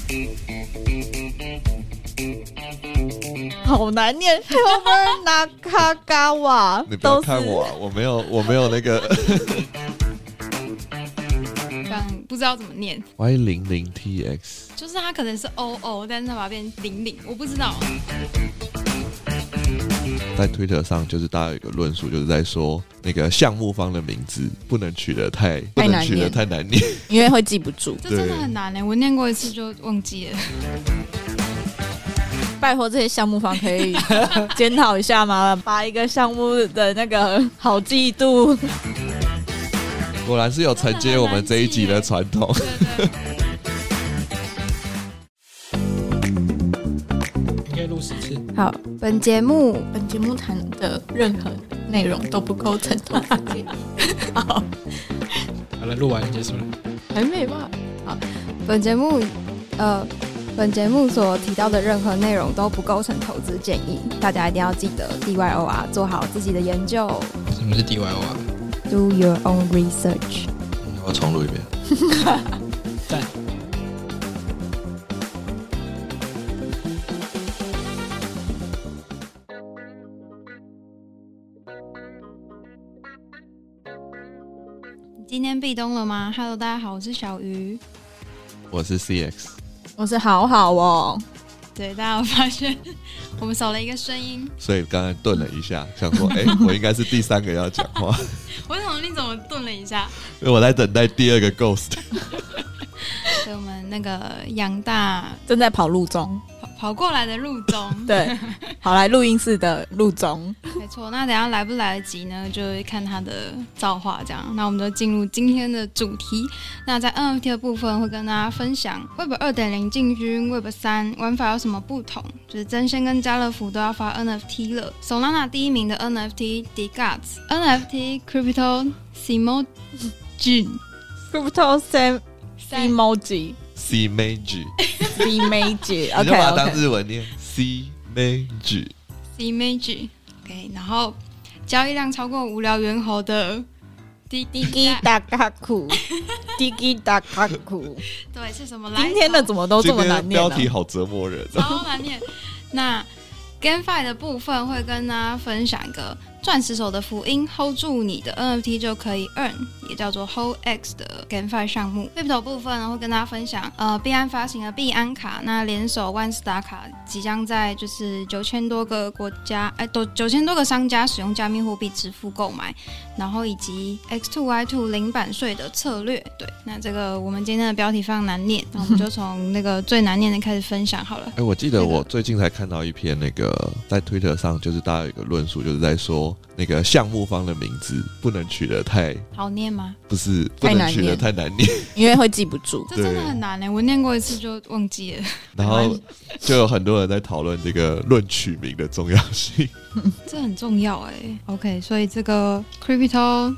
好难念 Hilbert Nakagawa 你不要看我啊，我没有那个刚不知道怎么念 Y00TX， 就是它可能是 OO， 但是它把它变00，我不知道。 在 Twitter 上就是大家有一个论述，就是在说那个项目方的名字不能取得太难念， 因为会记不住。 这真的很难我念过一次就忘记了。 拜托这些项目方可以检讨一下吗？把一个项目的那个好记度。 果然是有承接我们这一集的传统。 对你可以录10次。 好，本节目谈的任何内容都不构成投资建议。好了，录完结束了。 还没吧？好，本节目所提到的任何内容都不构成投资建议，大家一定要记得 DYOR 做好自己的研究。 什么是 DYOR？Do your own research。 我要重录一遍。 赞。 今天壁咚了吗 ？Hello， 大家好，我是小鱼， 我是 CX， 我是好好哦。 对，大家有发现我们少了一个声音， 所以刚才顿了一下，想说，我应该是第3个要讲话。 为什么你怎么顿了一下？ 因为我在等待第2个 Ghost。 所以我们那个杨大正在跑路中， 跑过来的路中， 对，跑来录音室的路中， 没错。那等一下来不来得及呢？就看他的造化这样。那我们就进入今天的主题。那在 NFT 的部分会跟大家分享 Web 2.0 进军 Web 3玩法有什么不同，就是真仙跟家乐福都要发 NFT 了。Solana 第1名的 NFT DeGuts NFT Crypto Emoji Crypto Emoji Cmage， 你就把它当日文念 Cmage。 OK， 然后交易量超过无聊猿猴的 Digi Dakaku， Digi Dakaku， 对，是什么来？ 今天的怎么都这么难念？ 标题好折磨人， 超难念。那 GameFi 的部分会跟大家分享一个钻石手的福音 ，hold 住你的 NFT 就可以 earn， 也叫做 Hold X 的 GameFi 项目。Crypto 部分会跟大家分享，币安发行的币安卡，那联手万斯达卡即将在就是9000多个国家，9000多个商家使用加密货币支付购买，然后以及 X2Y2 零版税的策略。对，那这个我们今天的标题非常难念，那我们就从那个最难念的开始分享好了。 我记得我最近才看到一篇那个在 Twitter 上，就是大家有一个论述，就是在说那个项目方的名字不能取得太好念吗？ 不是，不能取得太难念， 因为会记不住。 这真的很难我念过一次就忘记了。 然后就有很多人在讨论这个论取名的重要性。 这很重要OK， 所以这个 Crypto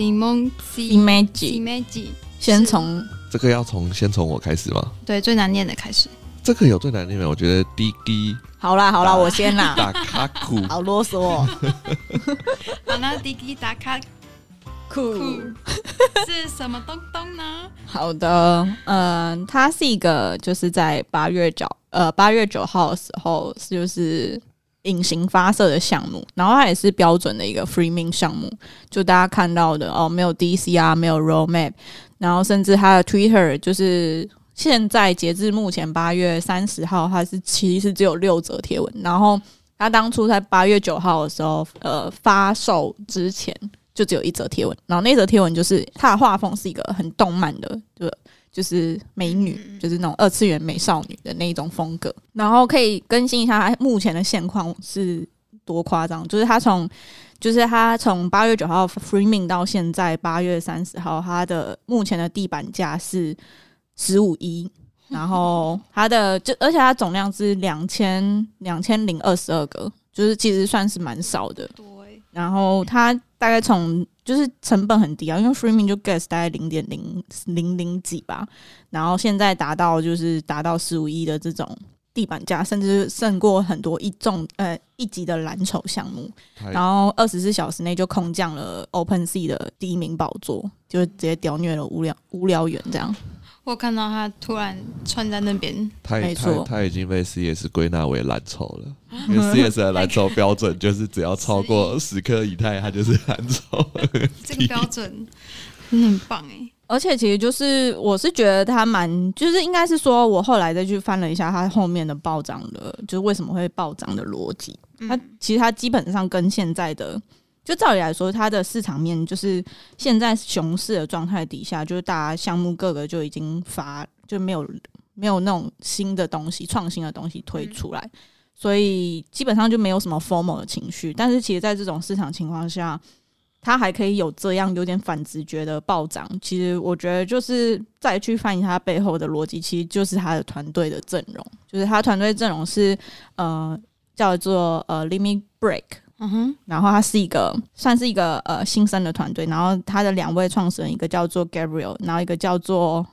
Emoji 先从这个先从我开始吗？ 对，最难念的开始。 这个有最难念的，我觉得 Digi。 好啦，我先啦。 打卡库， 好啰嗦哦。 好，那 Digi 打卡库是什么东东呢？ 好的，它是一个就是在8月9号的时候，就是隐形发射的项目，然后它也是标准的一个 free mint 项目，就大家看到的没有 DC 啊，没有 roadmap， 然后甚至它的 Twitter 就是现在截至目前8月30号，它是其实只有6则贴文，然后它当初在8月9号的时候，发售之前就只有1则贴文，然后那则贴文就是它的画风是一个很动漫的，就是美女，就是那种2次元美少女的那一种风格。然后可以更新一下它目前的现况是多夸张，就是它从8月9号 free mint 到现在8月30号，它的目前的地板价是15亿，然后而且它总量是2022个，就是其实算是蛮少的。 对， 然后它大概就是成本很低啊，因为 free mint 就 gas 大概0.000几吧，然后现在达到15亿的这种地板价，甚至胜过很多一级的蓝筹项目，然后24小时内就空降了 OpenSea 的第1名宝座，就直接屌虐了无聊猿这样。 我看到他突然穿在那边， 他已经被 CS 归纳为蓝筹了，因为 CS 的蓝筹标准就是只要超过10颗以太，它就是蓝筹。 这个标准真的很棒哎！ 而且其实就是我是觉得他就是应该是说，我后来再去翻了一下他后面的暴涨的，就是为什么会暴涨的逻辑。其实他基本上跟现在的，就照理来说，它的市场面就是现在熊市的状态底下，就是大家项目各个就已经就没有那种新的东西、创新的东西推出来，所以基本上就没有什么 FOMO 的情绪。但是其实在这种市场情况下，它还可以有这样有点反直觉的暴涨，其实我觉得就是再去翻译它背后的逻辑，其实就是他的团队的阵容，就是他团队阵容是叫做Limit Break。然后他算是一个新生的团队，然后他的2位创始人，一个叫做 Gabriel， 然后一个叫做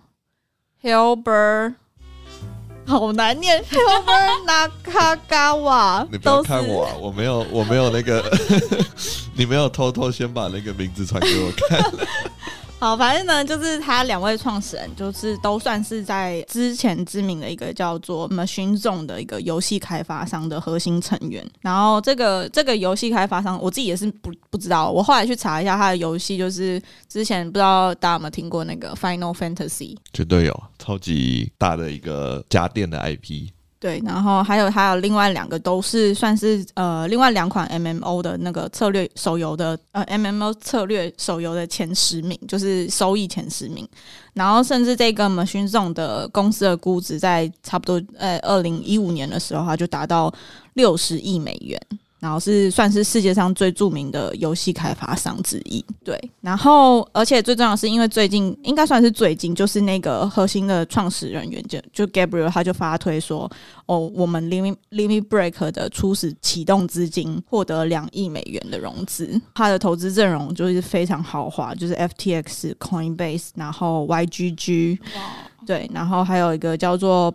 Hilbert， 好难念 Hilbert Nakagawa。 你不要看我啊，我没有那个，你没有偷偷先把那个名字传给我看。 好，反正呢，就是他2位创始人，就是都算是在之前知名的一个叫做 Machine Zone 的一个游戏开发商的核心成员。然后这个游戏开发商，我自己也是不知道，我后来去查一下他的游戏，就是之前不知道大家有没有听过那个 Final Fantasy， 绝对有，超级大的一个家电的 IP。 对，然后还有另外2个都是算是另外2款 MMO 的那个策略手游的MMO 策略手游的前10名，就是收益前10名。然后甚至这个 Machine Zone 的公司的估值在差不多2015年的时候，它就达到60亿美元。然后算是世界上最著名的游戏开发商之一，对。然后，而且最重要的是，因为最近应该算是最近，就是那个核心的创始人员就 Gabriel， 他就发推说，我们 Limit Break 的初始启动资金获得2亿美元的融资，他的投资阵容就是非常豪华，就是 FTX、Coinbase， 然后 YGG， 对，然后还有一个叫做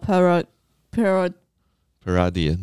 Paradian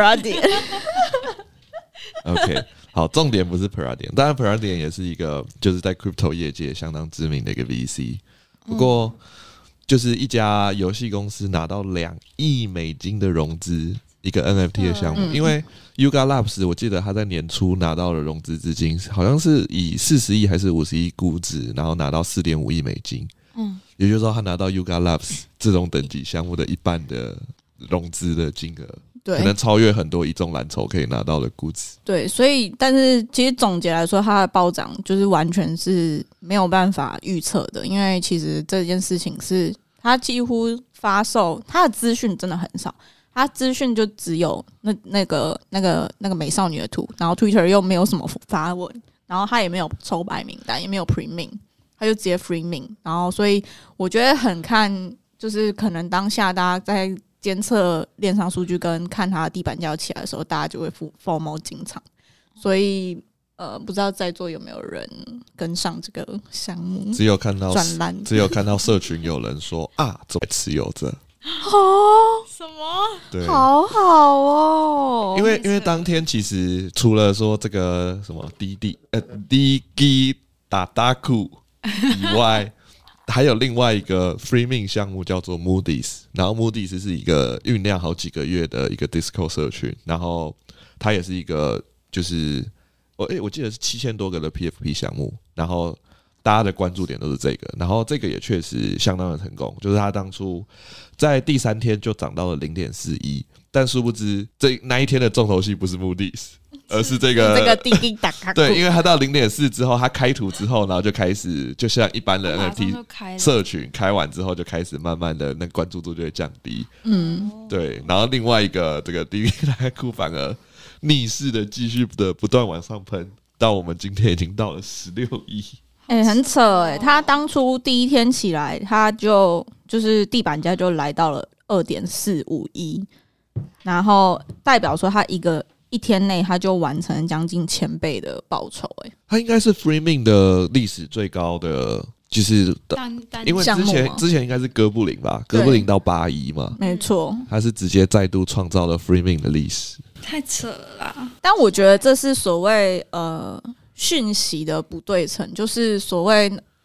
OK， 好，重点不是 Paradian， 当然 Paradian 也是一个就是在 crypto 业界相当知名的一个 VC， 不过就是一家游戏公司拿到2亿美金的融资，一个 NFT 的项目，因为 Yuga Labs 我记得他在年初拿到了融资资金，好像是以40亿还是50亿估值，然后拿到 4.5 亿美金，也就是说他拿到 Yuga Labs 这种等级项目的一半的融资的金额。对，可能超越很多一众蓝筹可以拿到的估值。对， 所以但是其实总结来说，它的暴涨就是完全是没有办法预测的，因为其实这件事情是它几乎发售，它的资讯真的很少，它资讯就只有那个美少女的图，然后 Twitter 又没有什么发文，然后它也没有抽白名单，也没有 pre-mint， 它就直接 free-mint， 然后所以我觉得很看就是可能当下大家在监测链上数据跟看它的地板价起来的时候，大家就会FOMO进场，所以不知道在座有没有人跟上这个项目？ 只有看到转烂， 只有看到社群有人说啊，怎么持有着？ 什么？ 对， 好好哦。 因为当天其实除了说这个什么滴打打库以外。还有另外一个 Free-mint 项目叫做 Moody's， 然后 Moody's 是一个酝酿好几个月的一个 Discord 社群，然后它也是一个就是我记得是7000多个的 PFP 项目，然后大家的关注点都是这个，然后这个也确实相当的成功，就是它当初在第3天就涨到了 0.41， 但殊不知那一天的重头戏不是 Moody's，而是这个滴滴打卡。 对，因为它到 0.4 之后，它开图之后，然后就开始就像一般的 NFT 社群开完之后，就开始慢慢的那关注度就会降低。对。然后另外一个这个滴滴打卡库反而逆势的继续的不断往上喷，到我们今天已经到了16亿。 很扯他当初第一天起来，他就是地板价就来到了 2.45 亿，然后代表说他一天内他就完成将近1000倍的报酬， 他应该是 Free-mint 的历史最高的，就是因为之前应该是哥布林吧，哥布林到8亿嘛， 没错， 他是直接再度创造了 Free-mint 的历史， 太扯了啦。 但我觉得这是所谓讯息的不对称，就是所谓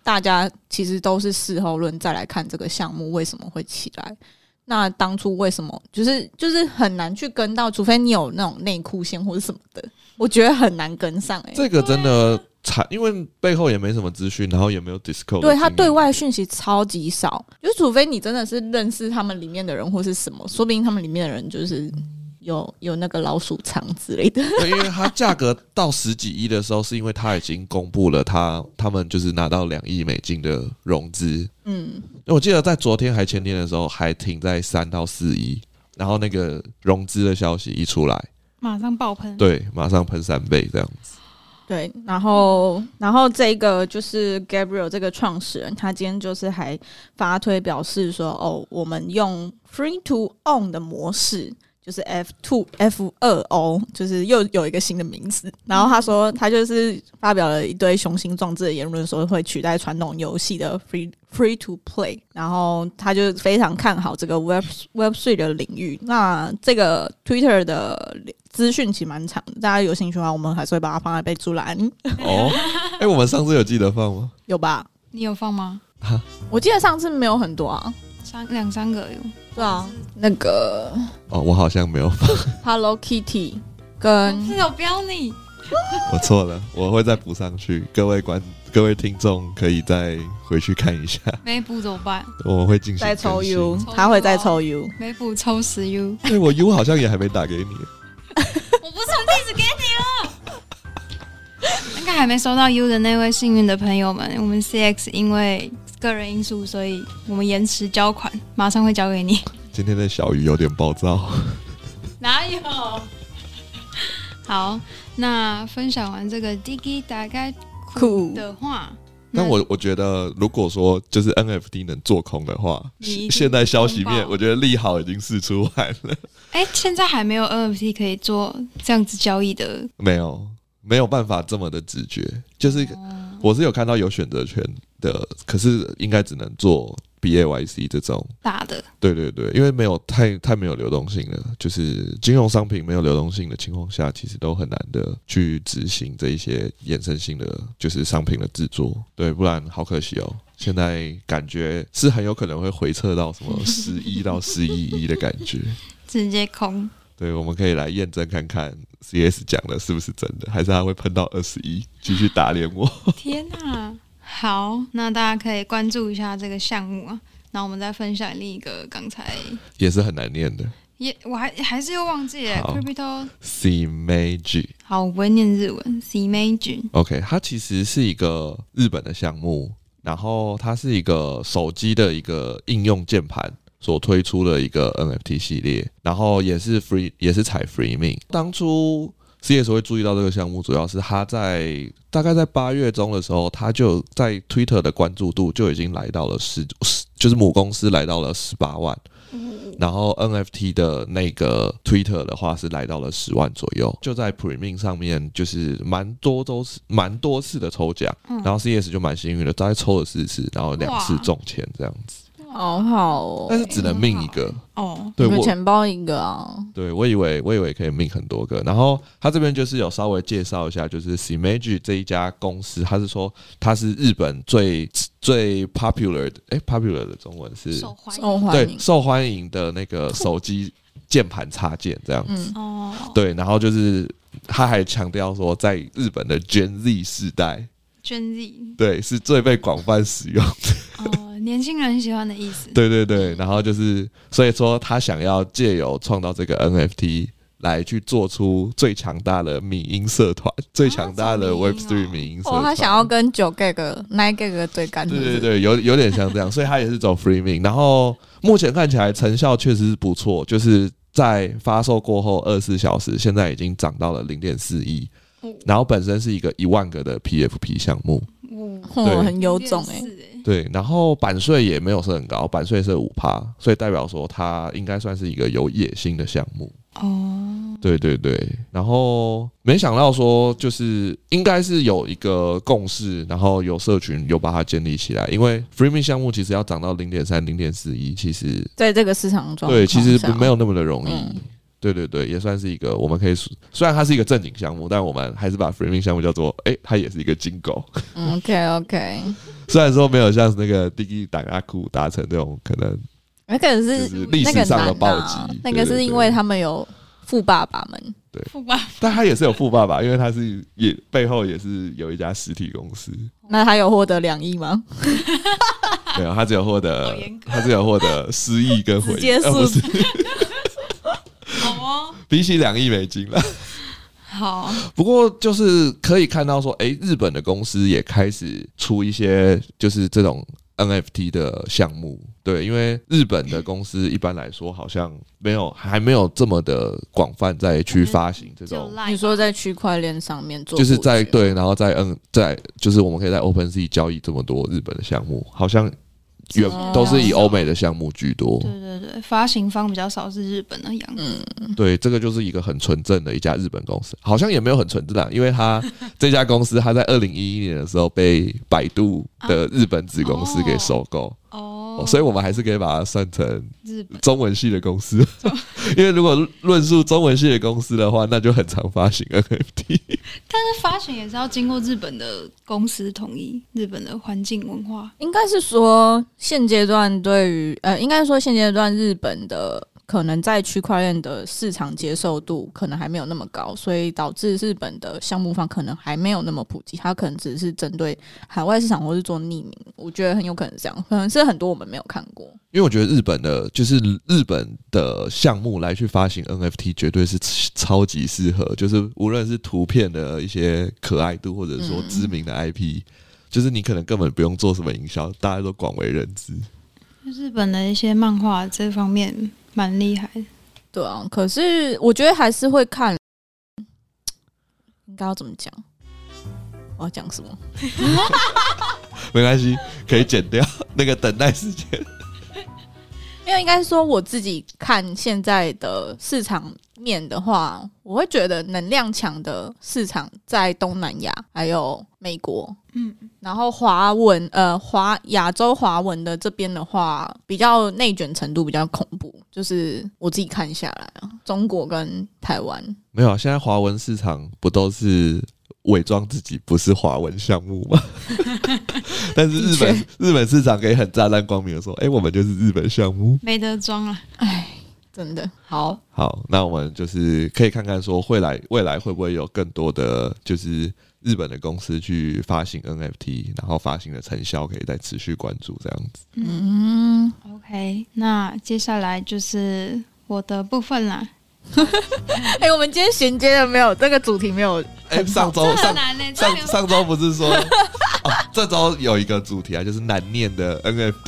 大家其实都是事后论再来看这个项目为什么会起来。那当初为什么就是很难去跟到，除非你有那种内裤线或者什么的，我觉得很难跟上这个真的因为背后也没什么资讯，然后也没有 Discord， 对，他对外讯息超级少，就除非你真的是认识他们里面的人或是什么，说不定他们里面的人就是有那个老鼠仓之类的。 对，因为它价格到10几亿的时候，是因为他已经公布了他们就是拿到2亿美金的融资。因为我记得在昨天还前天的时候还停在3到4亿，然后那个融资的消息一出来， 马上爆喷， 对，马上喷3倍这样子。 对，然后这个就是 Gabriel 这个创始人，他今天就是还发推表示说，我们用 Free to Own 的模式，就是 F2O， 就是又有一个新的名字。然后他说，他就是发表了一堆雄心壮志的言论，说会取代传统游戏的 free to play。然后他就非常看好这个 Web3 的领域。那这个 Twitter 的资讯其实蛮长的，大家有兴趣的话，我们还是会把它放在备注栏。 我们上次有记得放吗？ 有吧？ 你有放吗？ 我记得上次没有很多啊 ，2、3个有。 对啊，那个我好像没有放。 Hello Kitty 跟是有标你， 我错了，我会再补上去。各位听众可以再回去看一下。 没补怎么办？ 我们会进行再抽 U， 他会再抽 U， 没补抽10 U。 对，我 U 好像也还没打给你。 我不送地址给你了。应该还没收到 U 的那位幸运的朋友们，我们 CX 因为个人因素，所以我们延迟交款，马上会交给你。 今天的小鱼有点暴躁。 哪有？好，那分享完这个 Digi 大概酷的话， 但我觉得，如果说就是 NFT 能做空的话，现在消息面，我觉得利好已经释出来了。 现在还没有 NFT 可以做这样子交易的， 没有办法这么的直觉。就是我是有看到有选择权的，可是应该只能做 BAYC 这种大的。 对对对，因为没有太没有流动性了，就是金融商品没有流动性的情况下，其实都很难的去执行这一些衍生性的就是商品的制作。对，不然好可惜哦。现在感觉是很有可能会回撤到什么11到11亿的感觉， 直接空。 对，我们可以来验证看看 CS 讲的是不是真的，还是他会喷到21，继续打脸我。 天哪！好，那大家可以关注一下这个项目啊。那我们再分享另一个，刚才也是很难念的， 我还是又忘记了 Crypto Cmage。 好，我不会念日文 Cmage。OK， 它其实是一个日本的项目，然后它是一个手机的一个应用键盘所推出的一个 NFT 系列，然后也是采 Free Mint。当初 CS 会注意到这个项目，主要是它大概在8月中的时候，它就在 Twitter 的关注度就已经来到了就是母公司来到了18万，然后 NFT 的那个 Twitter 的话是来到了10万左右。就在 Premium 上面，就是蛮多次的抽奖，然后 CS 就蛮幸运的，大概抽了4次，然后2次中签这样子。 好好哦， 但是只能命一个哦， 对， 我钱包一个啊。对， 我以为可以命很多个。然后他这边就是有稍微介绍一下，就是 Cmage 这一家公司，他是说他是日本最 popular 的，popular 的中文是受欢迎的那个手机键盘插件这样子。对，然后就是他还强调说，在日本的 Gen Z 世代 ，Gen Z 对是最被广泛使用的。 年轻人喜欢的意思。 对对对，然后就是所以说他想要借由创造这个 NFT 来去做出最强大的迷因社团，最强大的 Web3 迷因社团。 他想要跟9GAG、9GAG 对干。 对对对，有点像这样，所以他也是走 Free Mint。然后目前看起来成效确实是不错，就是在发售过后24小时，现在已经涨到了 0.4 亿，然后本身是一个1万个的 PFP 项目。 很有种对，然后版税也没有是很高，版税是5%，所以代表说它应该算是一个有野心的项目。对对对，然后没想到说就是应该是有一个共识，然后有社群有把它建立起来，因为 Free Mint 项目其实要涨到 0.3、0.4 亿，其实在这个市场状况对，其实没有那么的容易。 对对对，也算是一个我们可以虽然它是一个正经项目，但我们还是把 Framing 项目叫做它也是一个金狗。 OK， 虽然说没有像那个 Digi 打阿库达成这种可能， 那个是历史上的暴击， 那个是因为他们有富爸爸们。 对， 富爸爸， 但他也是有富爸爸，因为他是背后也是有一家实体公司。 那他有获得2亿吗？ 没有，他只有获得10亿跟回直接不是好哦， 比起2亿美金了。 好， 不过就是可以看到说，日本的公司也开始出一些就是这种 NFT 的项目。对，因为日本的公司一般来说好像还没有这么的广泛在去发行这种。 你说在区块链上面做， 就是对，然后在就是我们可以在 OpenSea 交易这么多日本的项目，好像都是以欧美的项目居多。 对对对，发行方比较少是日本的样子。 对，这个就是一个很纯正的一家日本公司，好像也没有很纯正啦，因为这家公司它在2011年的时候被百度的日本子公司给收购。所以我们还是可以把它算成中文系的公司，因为如果论述中文系的公司的话，那就很常发行 NFT。 但是发行也是要经过日本的公司同意，日本的环境文化。 应该是说现阶段应该说现阶段日本的可能在区块链的市场接受度可能还没有那么高，所以导致日本的项目方可能还没有那么普及，它可能只是针对海外市场或是做匿名，我觉得很有可能是这样，可能是很多我们没有看过。 因为我觉得日本的项目来去发行 NFT 绝对是超级适合，就是无论是图片的一些可爱度，或者说知名的 IP，就是你可能根本不用做什么营销，大家都广为人知。 日本的一些漫画这方面蛮厉害的。 对啊，可是我觉得还是会看，应该要怎么讲？我要讲什么？ 没关系，可以剪掉那个等待时间。 因为应该说我自己看现在的市场面的话，我会觉得能量强的市场在东南亚还有美国，然后亚洲华文的这边的话，比较内卷程度比较恐怖，就是我自己看下来啊，中国跟台湾没有，现在华文市场不都是伪装自己不是华文项目吗？但是日本市场可以很炸弹光明的说，我们就是日本项目， 没得装啊！ 哎，真的好， 那我们就是可以看看说未来会不会有更多的就是日本的公司去发行 NFT， 然后发行的成效可以再持续关注这样子。 OK， 那接下来就是我的部分啦。 我们今天衔接的没有这个主题没有。 上周不是说这周有一个主题啊，就是难念的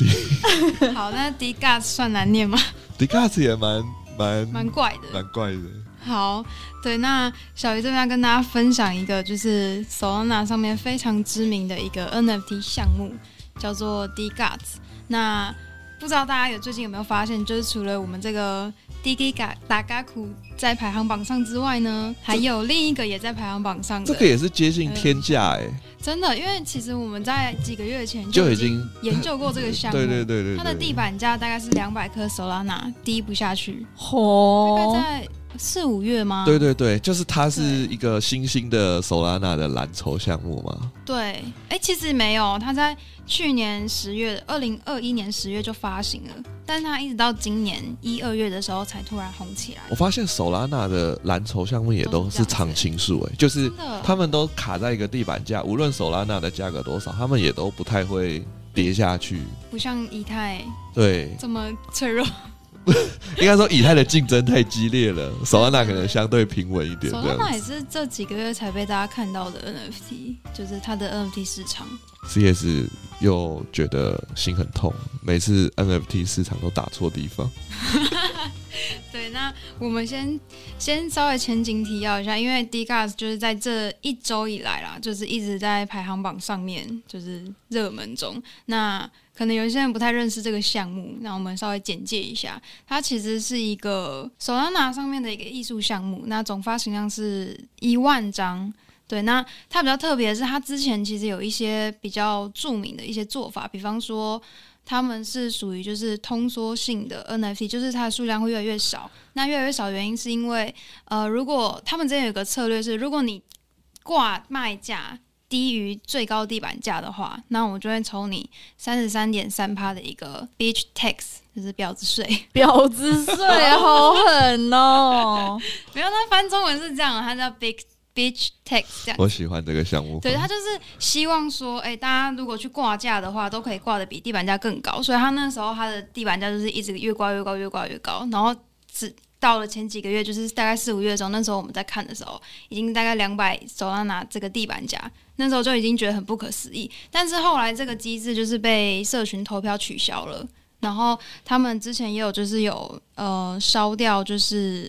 NFT。 好，那 Dgas 算难念吗？ Dgas 也蛮怪的， 蛮怪的。 好，对，那小鱼这边要跟大家分享一个，就是 Solana 上面非常知名的一个 NFT 项目，叫做 Dgas。那不知道大家最近有没有发现，就是除了我们这个 Digi 打嘎库在排行榜上之外呢，还有另一个也在排行榜上的， 这个也是接近天价真的，因为其实我们在几个月前就已经研究过这个项目， 对， 它的地板价大概是200颗 Solana， 低不下去，大概在4-5月吗？ 对，就是它是一个新兴的 Solana 的蓝筹项目嘛。对， 其实没有，它在去年2021年10月就发行了，但是它一直到今年1-2月的时候才突然红起来。 我发现 Solana 的蓝筹项目也都是常青树就是他们都卡在一个地板价，无论 Solana 的价格多少，他们也都不太会跌下去， 不像以太这么脆弱。 应该说以太的竞争太激烈了，Solana 可能相对平稳一点。 Solana 也是这几个月才被大家看到的 NFT， 就是它的 NFT 市场。 CS 又觉得心很痛，每次 NFT 市场都打错地方。 对，那我们先稍微前情提要一下，因为 Dgas 就是在这1周以来啦，就是一直在排行榜上面，就是热门中。那可能有一些人不太认识这个项目，那我们稍微简介一下。它其实是一个 Solana 上面的一个艺术项目，那总发行量是1万张。对，那它比较特别的是，它之前其实有一些比较著名的一些做法，比方说他们是属于就是通缩性的 NFT， 就是它的数量会越来越少。那越来越少的原因是因为如果他们之前有个策略是，如果你挂卖价低于最高地板价的话，那我就会抽你33.3%的一个 beach tax， 就是婊子税。 婊子税好狠哦！ 没有，它翻中文是这样，它叫 beach tax 这样。 我喜欢这个项目。 对，他就是希望说，大家如果去挂价的话，都可以挂的比地板价更高。所以他那时候他的地板价就是一直越挂越高，越挂越高，然后到了前几个月，就是大概4、5月的时候，那时候我们在看的时候，已经大概200手上拿这个地板价，那时候就已经觉得很不可思议。但是后来这个机制就是被社群投票取消了，然后他们之前也有就是有烧掉就是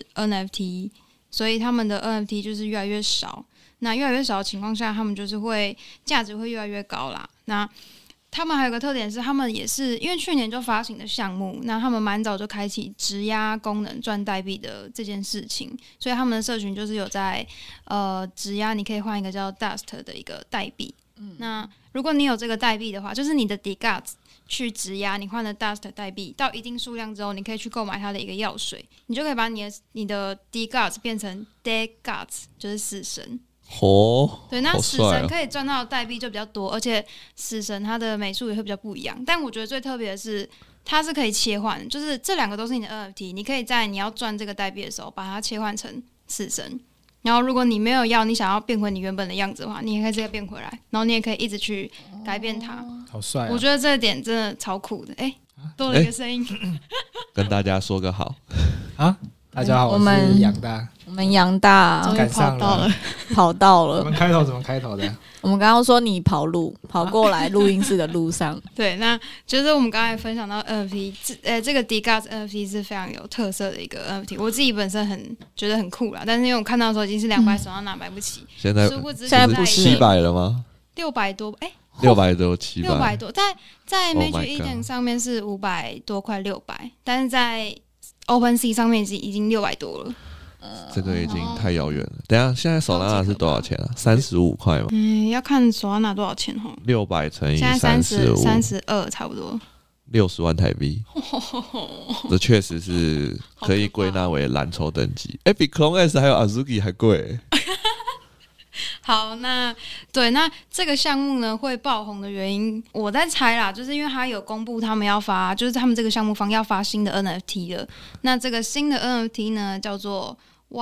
NFT， 所以他们的 NFT 就是越来越少。那越来越少的情况下，他们就是会价值会越来越高啦。那他们还有个特点是，他们也是因为去年就发行的项目，那他们蛮早就开启质押功能赚代币的这件事情，所以他们的社群就是有在质押，你可以换一个叫 Dust 的一个代币。那如果你有这个代币的话，就是你的 DGUTS 去质押，你换了 Dust 代币到一定数量之后，你可以去购买它的一个药水，你就可以把你的 DGUTS 变成 DGUTS， 就是死神。对，那死神可以赚到的代币就比较多，而且死神它的美术也会比较不一样。但我觉得最特别的是，它是可以切换，就是这两个都是你的 NFT， 你可以在你要赚这个代币的时候把它切换成死神。然后如果你没有你想要变回你原本的样子的话，你也可以直接变回来，然后你也可以一直去改变它。 好帅！ 我觉得这点真的超酷的。多了一个声音， 跟大家说个好啊！大家好，我是杨大。 我们杨大终于跑到了。 我们开头怎么开头的？ 我们刚刚说你跑过来录音室的路上。 对，那就是我们刚才分享到 NFT， 这个 DGUTS NFT 是非常有特色的一个 NFT， 我自己本身觉得很酷啦，但是因为我看到的时候已经是200手上拿买不起， 现在不是700了吗 ？600多 ，600多700 多，在 Magic Eden 上面是500多快600，但是在OpenSea 上面已经600多了。 这个已经太遥远了。等一下，现在手拿是多少钱啊？35块吗？ 要看手拿多少钱哈。 600乘以现在 32， 差不多 60万台币。这确实是可以归纳为蓝筹等级。比 Clone S 还有 Azuki 还贵。 好，那这个项目呢会爆红的原因，我在猜啦，就是因为他有公布他们要发，就是他们这个项目方要发新的 NFT 了。那这个新的 NFT 呢叫做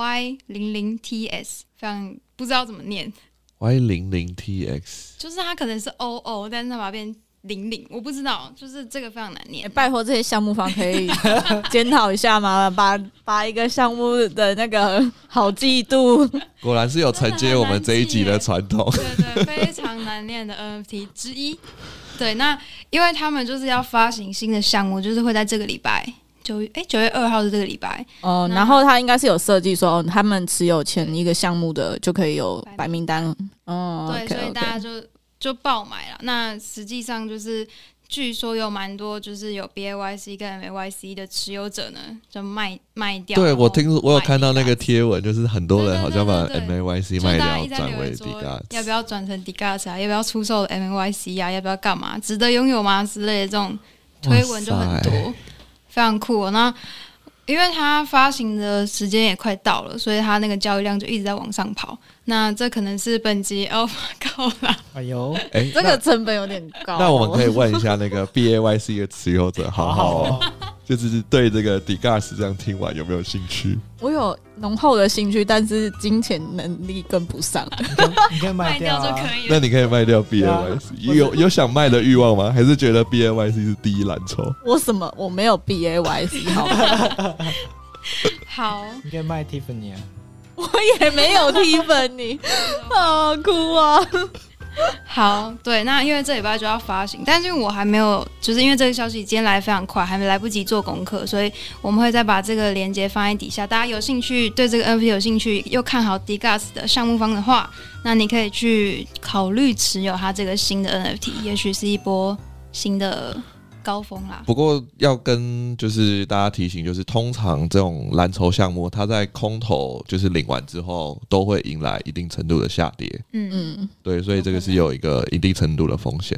Y00TS， 非常不知道怎么念。 Y00TX， 就是它可能是 OO， 但是它把它变00，我不知道，就是这个非常难念。 拜托这些项目方可以检讨一下吗？把一个项目的那个好记度， 果然是有承接我们这一集的传统。 对，非常难念的 NFT 之一。对，那因为他们就是要发行新的项目，就是会在这个礼拜9月2号是这个礼拜哦。然后他应该是有设计说，他们持有前一个项目的就可以有白名单。 对，所以大家就爆买了。那实际上就是据说有蛮多就是有 BAYC 跟 MAYC 的持有者呢，就卖掉。 对，我有看到那个贴文，就是很多人好像把 MAYC 卖掉转为 DGUTS， 要不要转成 DGUTS 啊？要不要出售 MAYC 啊？要不要干嘛？值得拥有吗？之类的这种推文就很多，非常酷哦。那因为它发行的时间也快到了，所以它那个交易量就一直在往上跑。那这可能是本集 Alpha 高啦。 哎呦， 这个成本有点高。 那我们可以问一下那个 BAYC 的持有者，好就是对这个 DGUTS 这样听完有没有兴趣？ 我有浓厚的兴趣，但是金钱能力跟不上。 你可以卖掉就可以了。 那你可以卖掉 BAYC，有想卖的欲望吗？还是觉得 BAYC 是第一蓝筹？ 我没有 BAYC， 好吗？ 好， 你可以卖 Tiffany 啊。 我也没有 Tiffany， 好哭啊！ 好，对，那因为这礼拜就要发行，但是我还没有，就是因为这个消息今天来得非常快，还没来不及做功课，所以我们会再把这个连结放在底下。大家有兴趣，对这个 NFT 有兴趣，又看好 DGUTS 的项目方的话，那你可以去考虑持有它这个新的 NFT， 也许是一波新的高峰啦。 不过要跟就是大家提醒，就是通常这种蓝筹项目，它在空头就是领完之后，都会迎来一定程度的下跌。对，所以这个是有一个一定程度的风险。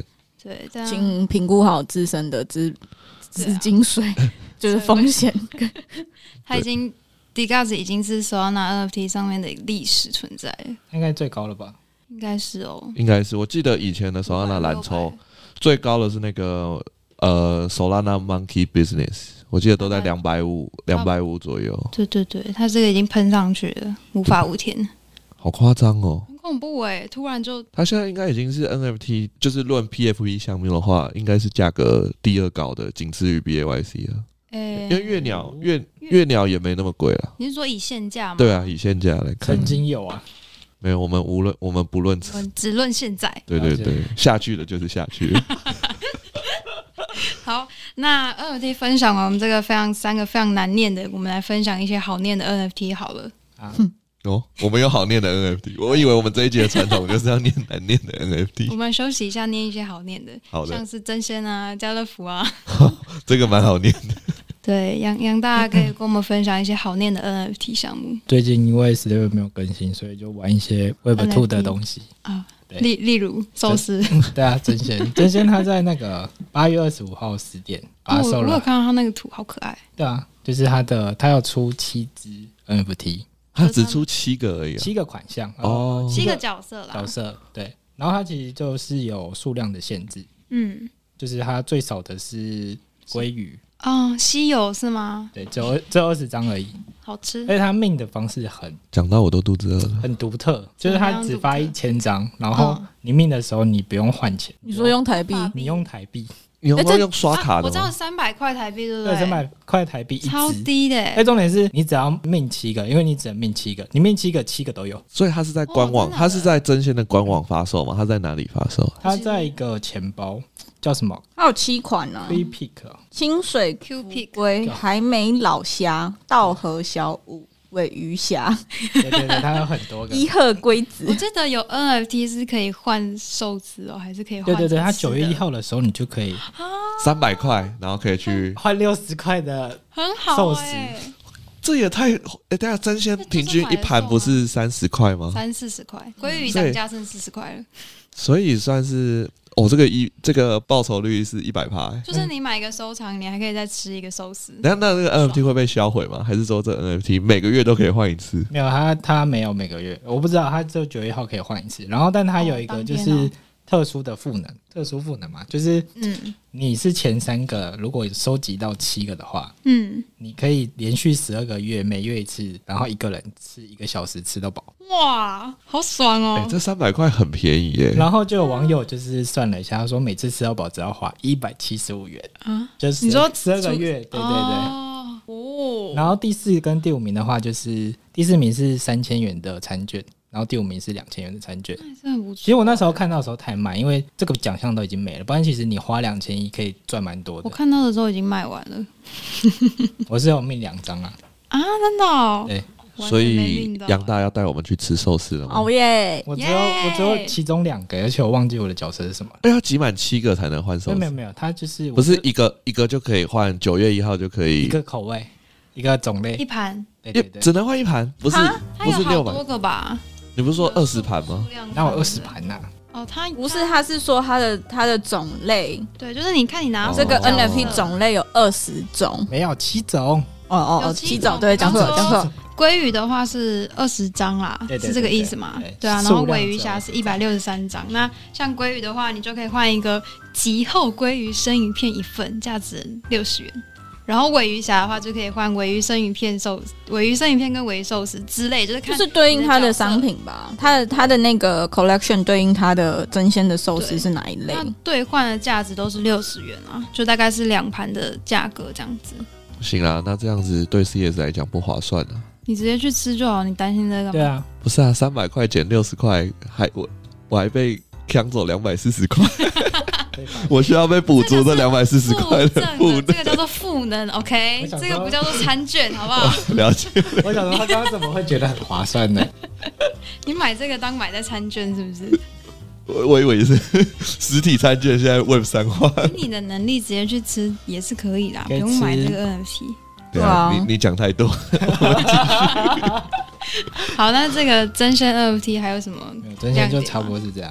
对， 请评估好自身的资金水，就是风险。 它已经 Degas 已经是 Solana NFT 上面的历史存在了， 应该最高了吧？ 应该是哦， 应该是。我记得以前的 Solana 蓝筹最高的是那个Solana Monkey Business， 我记得都在250左右。 对对对，它这个已经喷上去了，无法无天， 好夸张哦！ 很恐怖哎，突然就它现在应该已经是 NFT， 就是论 PFP 项目的话，应该是价格第2高的，仅次于 BAYC 了。因为月鸟也没那么贵了。 你是说以现价吗？ 对啊，以现价来看， 曾经有啊， 没有，我们不论， 我们只论现在。 对对对，下去了就是下去了。 好，那 NFT 分享完我们这个3个非常难念的，我们来分享一些好念的 NFT 好了。 我们有好念的 NFT， 我以为我们这一集的传统就是要念难念的 NFT。 我们休息一下，念一些好念的， 好的， 像是真仙啊、家乐福啊， 这个蛮好念的。 对，杨大家可以跟我们分享一些好念的 NFT 项目。 最近因为16月没有更新，所以就玩一些 Web2 的东西啊，例如寿司。 对啊，真仙他在那个8月25号10点发售了。 我有看到他那个图，好可爱。 对啊，就是他要出7只 NFT。 他只出7个而已 ，7个款项哦 ，7个角色啦。 角色对，然后它其实就是有数量的限制，就是它最少的是鲑鱼稀有是吗？ 对，只有20张而已， 好吃。 而且它命的方式讲到我都肚子饿了， 很独特，就是它只发1000张，然后你命的时候你不用换钱， 你说用台币， 你用台币。 你有没有用刷卡的吗？ 我知道300块台币，对不对 ？300块台币一只， 超低的。 重点是你只要命7个，因为你只能命7个，你命7个，7个都有。 所以它是在官网，它是在真仙的官网发售吗？它在哪里发售？ 它在一个钱包，叫什么？ 它有7款呢。 Free Pick、 清水 Q Pick、海美老虾、稻荷小五。尾鱼虾， 对对对，它有很多个。 伊贺龟子， 我记得有 NFT 是可以换寿司哦，还是可以换？ 对对对，它9月1号的时候你就可以 300块，然后可以去换60块的寿司。 这也太大家真仙平均一盘不是30块吗 ？30-40块，鲑鱼涨价剩40块了， 所以算是。这个报酬率是100%， 就是你买一个收藏，你还可以再吃一个寿司。 那这个 NFT 会被销毁吗？还是说这个 NFT 每个月都可以换一次？ 没有，它没有每个月，我不知道，它只有9月1号可以换一次。然后，但它有一个就是特殊的赋能嘛，就是你是前3个，如果收集到7个的话，你可以连续12个月，每月1次，然后一个人吃1个小时吃到饱。 哇，好爽哦！ 这300块很便宜耶。 然后就有网友就是算了一下，他说每次吃到饱只要花175元啊，就是你说 12个月，对对对。 哦。 然后第4跟第5名的话，就是第4名是3000元的餐券。然后第5名是2000元的餐券，其实我那时候看到的时候太慢，因为这个奖项都已经没了，不然其实你花2100可以赚蛮多的。 我看到的时候已经卖完了， 我是有命2张啊！ 真的哦。 对，所以杨大要带我们去吃寿司了吗？ 哦耶！ 我只有其中2个，而且我忘记我的角色是什么。 要集满7个才能换寿司？ 没有，它就是不是一个就可以换，9月1号就可以一个口味，一个种类， 一盘， 对， 只能换1盘，不是6盘， 多个吧？ 你不是说20盘吗？ 那我20盘呐。 它不是，他是说它的种类， 对，就是你看你拿这个 NFT 种类有20种， 没有7种。 7种，对，讲错。 鲑鱼的话是20张啦，是这个意思吗？对啊，然后尾鱼虾是163张。那像鲑鱼的话，你就可以换一个极厚鲑鱼生鱼片1份，价值60元。然后尾鱼虾的话，就可以换尾鱼生鱼片跟尾鱼寿司之类，就是对应它的商品吧。它的那个 collection 对应它的真鲜的寿司是哪一类？ 它兑换的价值都是60元啊，就大概是2盘的价格这样子。 行啦，那这样子对 CS 来讲不划算啊。 你直接去吃就好，你担心这个干嘛？ 对啊， 不是啊，300块减60块，我还被抢走240块。我需要被补足这240块的赋能， 这个叫做赋能 ，OK， 这个不叫做餐券，好不好？ 了解。 我想说他刚刚怎么会觉得很划算呢？ 你买这个当买在餐券是不是？ 我以为是实体餐券，现在 Web3 化。 以你的能力直接去吃也是可以啦，不用买这个 NFT。 对啊，你讲太多。 好，那这个真仙 NFT 还有什么？ 真仙就差不多是这样。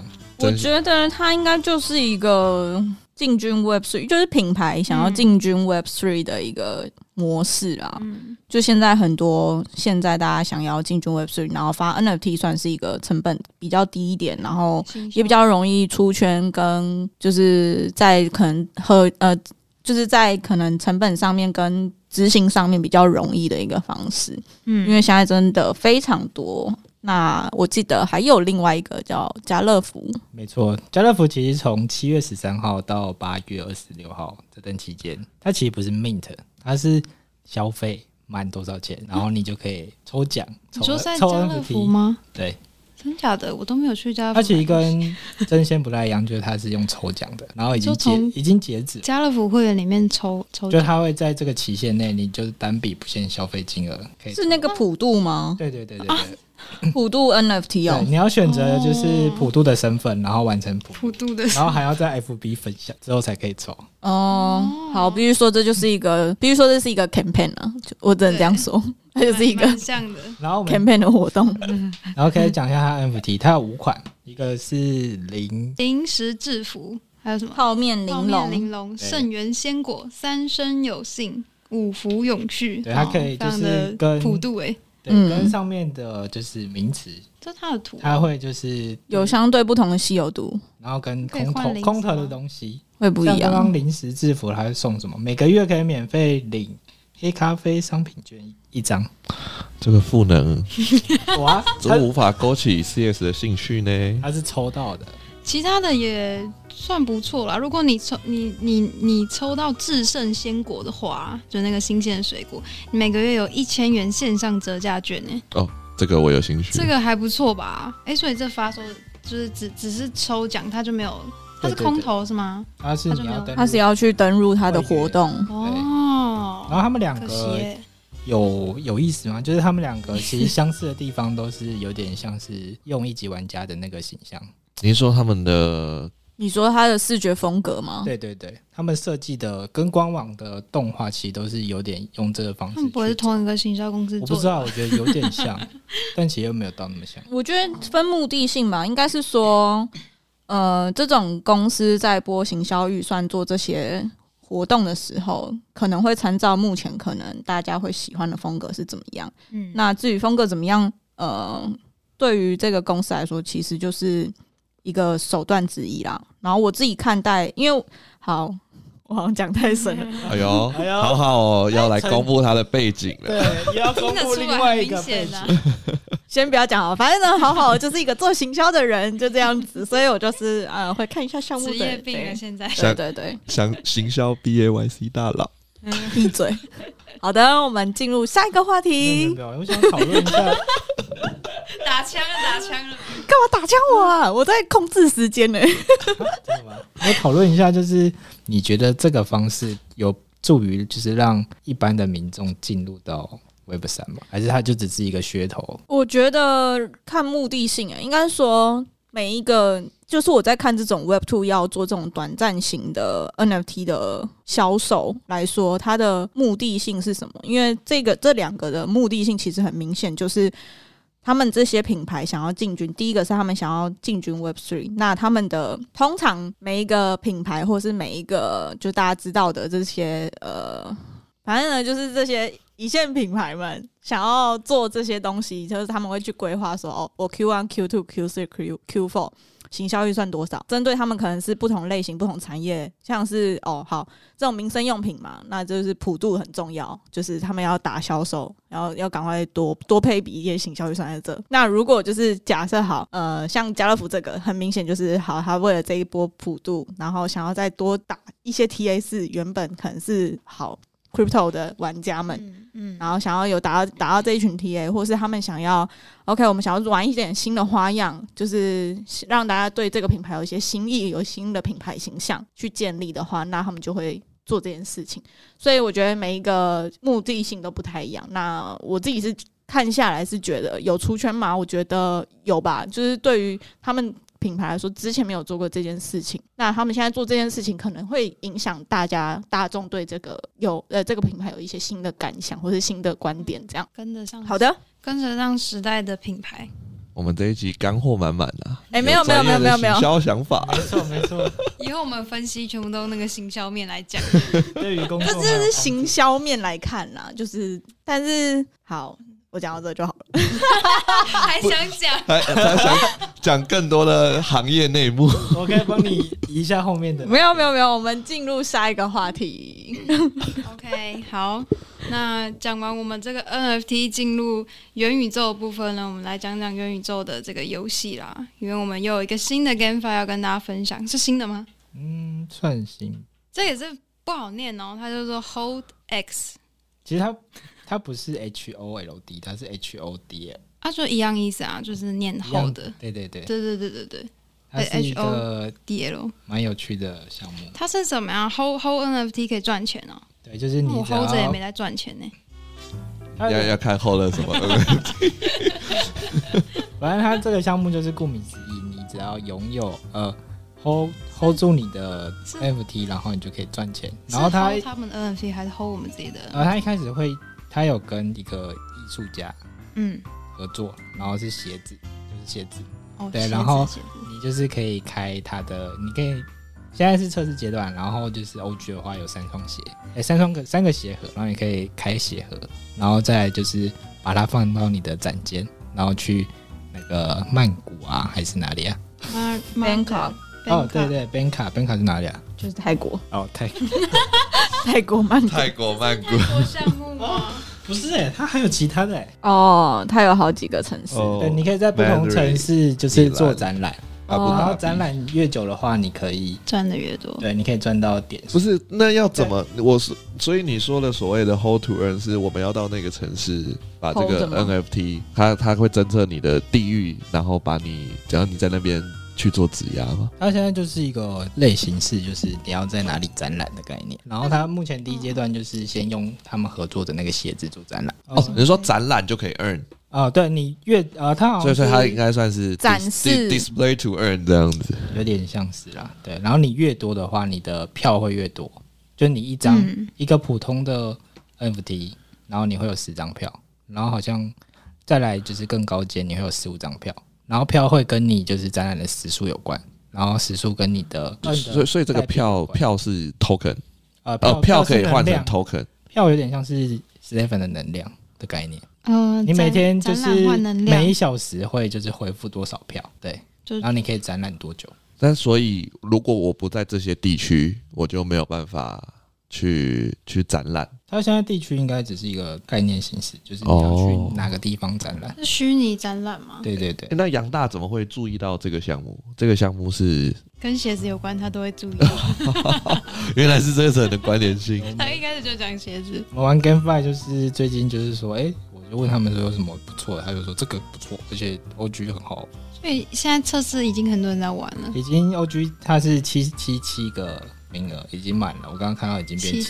我觉得它应该就是一个进军 Web3， 就是品牌想要进军 Web3 的一个模式啦。就现在大家想要进军 Web3， 然后发 NFT 算是一个成本比较低一点，然后也比较容易出圈，跟就是在可能就是在可能成本上面跟执行上面比较容易的一个方式。因为现在真的非常多。那我记得还有另外一个叫家乐福， 没错，家乐福其实从7月13号到8月26号这段期间，它其实不是 mint， 它是消费满多少钱，然后你就可以抽奖。 你说在家乐福吗？ 对， 真假的，我都没有去家乐福。 它其实跟真鲜不太一样，就是它是用抽奖的，然后已经截止。 家乐福会员里面抽奖， 就它会在这个期限内，你就是单笔不限消费金额可以抽。 是那个普渡吗？ 对。 普渡 NFT 哦， 你要选择就是普渡的身份，然后完成普渡的， 然后还要在 FB 分享之后才可以抽。 好，必须说这是一个 campaign 啊，我只能这样说，它就是一个像的， 然后 campaign 的活动。 然后可以讲一下它 NFT， 它有5款，一个是零食制服，还有什么泡面玲珑、圣元鲜果、三生有幸、五福永续。 对，它可以就是跟普渡对，跟上面的就是名词， 这是它的图， 它会就是有相对不同的稀有度， 然后跟空投的东西会不一样。 像刚刚零食制服，它会送什么？每个月可以免费领黑咖啡商品券1张。 这个赋能， 哇， 怎么无法勾起 CS 的兴趣呢？ 它是抽到的。 其他的也算不错啦。如果你抽到制胜鲜果的话，就那个新鲜的水果，你每个月有1000元线上折价券呢。 哦，这个我有兴趣。 这个还不错吧？所以这发售就是只是抽奖，它就没有，它是空投是吗？ 它是你要登入， 它是要去登入它的活动哦。 然后他们两个有意思吗？就是他们两个其实相似的地方都是有点像是用1级玩家的那个形象。 你说他们的？ 你说他的视觉风格吗？ 对，他们设计的跟官网的动画其实都是有点用这个方式。 他们不会是同一个行销公司做的？ 我不知道，我觉得有点像，但其实又没有到那么像。 我觉得分目的性吧，应该是说，这种公司在拨行销预算做这些活动的时候，可能会参照目前可能大家会喜欢的风格是怎么样。那至于风格怎么样，对于这个公司来说，其实就是一个手段之一啦。然后我自己看待，因为我好像讲太深了。 哎呦，好好哦，要来公布他的背景了。 对，也要公布另外一个背景。 先不要讲好，反正呢，好就是一个做行销的人，就这样子。所以我就是会看一下项目的职业病了。现在对， 行销 BAYC 大佬， 闭嘴。好的，我们进入下一个话题。 没有，我想讨论一下。 打枪了！干嘛打枪我啊？我在控制时间呢。 真的吗？我讨论一下，就是你觉得这个方式有助于就是让一般的民众进入到 Web3 吗？还是它就只是一个噱头？ 我觉得看目的性应该说每一个，就是我在看这种 Web2 要做这种短暂型的 NFT 的销售来说，它的目的性是什么？因为这两个的目的性其实很明显，就是他们这些品牌想要进军，第一个是他们想要进军 Web3， 那他们的通常每一个品牌或是每一个就大家知道的这些反正呢就是这些一线品牌们想要做这些东西，就是他们会去规划说我 Q1 Q2 Q3 Q4 行销预算多少，针对他们可能是不同类型不同产业，像是好这种民生用品嘛，那就是普渡很重要，就是他们要打销售，然后要赶快多配一笔一些行销预算在这。那如果就是假设像家乐福这个很明显就是他为了这一波普渡，然后想要再多打一些 TA 是原本可能是crypto 的玩家们，然后想要有达到这一群 TA， 或是他们想要 OK， 我们想要玩一点新的花样，就是让大家对这个品牌有一些新意，有新的品牌形象去建立的话，那他们就会做这件事情。所以我觉得每一个目的性都不太一样。那我自己是看下来是觉得有出圈吗？我觉得有吧，就是对于他们品牌来说，之前没有做过这件事情，那他们现在做这件事情可能会影响大众对这个这个品牌有一些新的感想或是新的观点，这样跟得上好的， 跟得上时代的品牌。 我们这一集干货满满啊！ 没有行销想法， 没错。 以后我们分析全部都那个行销面来讲。 对于工作， 这是行销面来看啦，就是，但是好，我讲到这就好了。 还想讲？ 还想讲更多的行业内幕？ 我可以帮你移一下后面的。 没有，我们进入下一个话题。 OK， 好。那讲完我们这个 NFT 进入元宇宙的部分呢，我们来讲讲元宇宙的这个游戏啦。因为我们又有一个新的 GameFi 要跟大家分享，是新的吗？ 算新。 这也是不好念哦，它叫做 Hold X。 其实它不是 HOLD， 它是 HOD。 就一样意思啊，就是念 Hold。 对。 它是一个 HODL， 蛮有趣的项目。 它是怎么样 ？Hold NFT 可以赚钱哦。 对，就是你我 hold 着也没在赚钱呢。 要看 hold 了什么 NFT。 反正它这个项目就是顾名思义，你只要拥有hold 住你的 NFT， 然后你就可以赚钱。然后他们的 NFT 还是 hold 我们自己的？ 他一开始他有跟一个艺术家合作，然后是鞋子，就是鞋子。对，然后你就是可以开他的，你可以现在是测试阶段，然后就是 OG 的话有3双鞋，3个鞋盒，然后你可以开鞋盒，然后再来就是把它放到你的展间，然后去那个曼谷啊还是哪里啊 ？Bangkok。 对 Bangkok 是哪里啊？ 就是泰国。 泰国曼谷。 泰国曼谷。 项目吗？ 不是它还有其他的它有好几个城市。 对，你可以在不同城市就是做展览。然后展览越久的话，你可以赚的越多。 对，你可以赚到点数。 不是，那要怎么？所以你说的所谓的 hold to earn 是我们要到那个城市把这个 NFT， 它会侦测你的地域，然后只要你在那边去做质押吗？ 它现在就是一个类型式，就是你要在哪里展览的概念。然后它目前第一阶段就是先用他们合作的那个鞋子做展览。 你是说展览就可以 earn？ 对，你它好像所以它应该算是展示 display to earn 这样子， 有点像是啦。对，然后你越多的话，你的票会越多。就你一个普通的 NFT， 然后你会有10张票，然后好像再来就是更高阶，你会有15张票，然后票会跟你就是展览的时数有关，然后时数跟你的所以这个票是 token， 票可以换成 token， 票有点像是 Stephen 的能量的概念。你每天就是每1小时会就是回复多少票，对，然后你可以展览多久。 但所以如果我不在这些地区，我就没有办法去展览。 它现在地区应该只是一个概念形式，就是你要去哪个地方展览。 是虚拟展览吗？ 对。 那杨大怎么会注意到这个项目？这个项目是跟鞋子有关，他都会注意到。 原来是这层的关联性。 他一开始就讲鞋子。 我玩 GameFi 就是最近就是说，我就问他们说有什么不错的，他就说这个不错，而且 OG 很好。 所以现在测试已经很多人在玩了。 已经 OG 它是777个名额已经满了，我刚刚看到已经变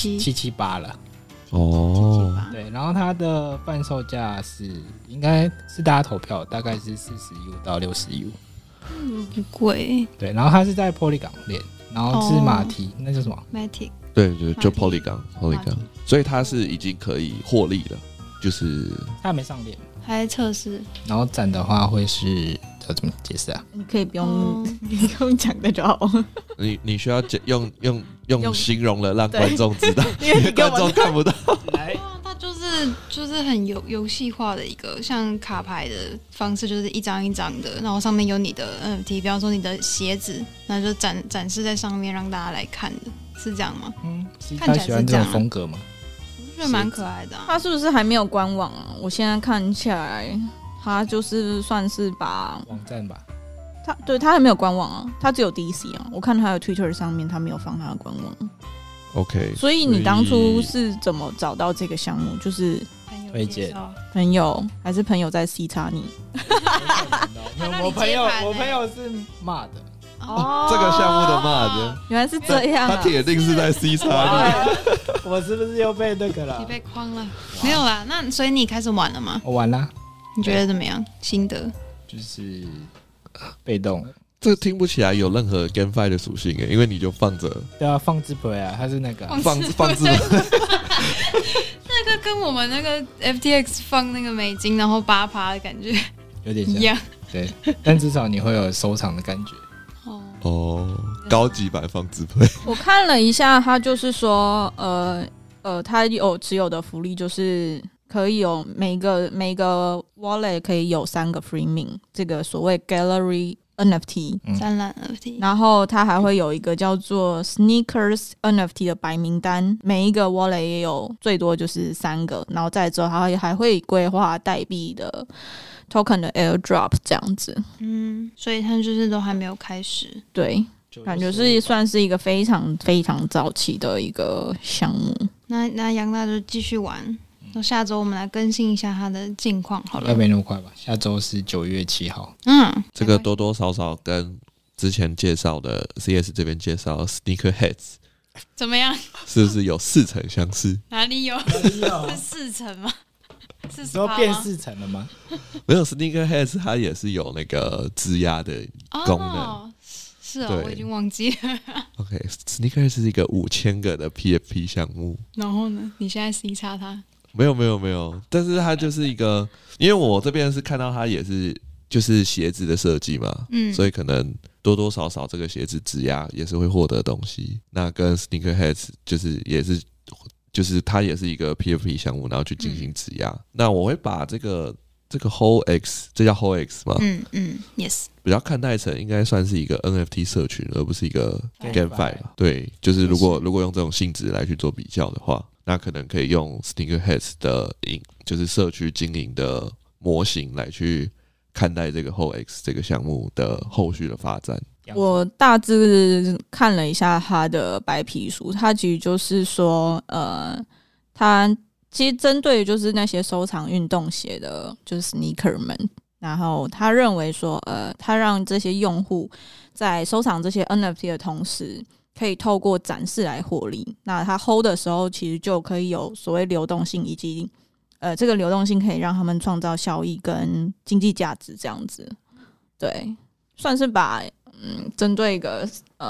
778了。对，然后它的贩售价应该是大家投票，大概是40U 到60U。 不贵。 对，然后它是在 Polygon 链，然后是马蹄，那叫什么 ？Matic。 对，就 Polygon， 所以它是已经可以获利了，就是它还没上链， 还在测试。 然后展的话会是要怎么解释啊？ 你可以不用讲的就好。 你需要用形容了让观众知道，因为观众看不到。 它就是很游戏化的一个像卡牌的方式，就是一张一张的，然后上面有你的 NFT， 比方说你的鞋子，那就展示在上面让大家来看的，是这样吗？看起来是这样。他喜欢这种风格吗？ 我觉得蛮可爱的。 他是不是还没有官网啊？我现在看起来，他就是算是把网站吧。 他还没有官网啊，他只有 DC 啊。我看他的 Twitter 上面，他没有放他的官网。 OK， 所以你当初是怎么找到这个项目？就是推荐朋友，还是朋友在 C 叉你？ 我朋友是骂的。 这个项目的骂的， 原来是这样啊！ 他铁定是在 C 叉你。 我是不是又被那个了？ 你被框了？没有啦。那所以你开始玩了吗？ 我玩啦。 你觉得怎么样？心得？ 就是被动。 这听不起来有任何 GameFi 的属性因为你就放着。 对啊，放置 play 啊，它是那个放置。 那个跟我们那个 FTX 放那个美金然后8%的感觉有点像一样。 对，但至少你会有收藏的感觉。 哦，高级版放置 play。 我看了一下，他就是说，他有持有的福利就是可以有每个 wallet 可以有3个 free mint， 这个所谓 gallery NFT， 展览 NFT， 然后它还会有一个叫做 sneakers NFT 的白名单，每一个 wallet 也有最多就是3个，然后再之后它还会规划代币的 token 的 airdrop 这样子。 所以它就是都还没有开始。 对，感觉是算是一个非常非常早期的一个项目。 那杨大就继续玩。那下周我们来更新一下它的近况好了。 要没那么快吧？下周是9月7号。 这个多多少少跟之前介绍的 CS 这边介绍 Sneaker Heads 怎么样？ 是不是有4成相似？ 哪里有？是4成吗？是说变4成了吗？ 没有 Sneaker Heads 它也是有那个质押的功能。 是哦，我已经忘记了。 OK，Sneaker Heads 是一个5000个的 PFP 项目。 然后呢？你现在 C 叉它？ 没有，但是它就是一个，因为我这边是看到它也是就是鞋子的设计嘛，所以可能多多少少这个鞋子质押也是会获得东西。那跟 Sneaker Heads 就是它也是一个 PFP 项目，然后去进行质押。那我会把这个 Whole X， 这叫 Whole X 吗 ？Yes， 比较看待成应该算是一个 NFT 社群，而不是一个 GameFi。对，就是如果用这种性质来去做比较的话。那可能可以用 Sneakerheads 的就是社区经营的模型来去看待这个 Whole X 这个项目的后续的发展。 我大致看了一下他的白皮书，他其实就是说，他其实针对就是那些收藏运动鞋的，就是 sneaker 们，然后他认为说，他让这些用户在收藏这些 NFT 的同时，可以透过展示来获利。那他 hold 的时候，其实就可以有所谓流动性，以及这个流动性可以让他们创造效益跟经济价值，这样子。对，算是把针对一个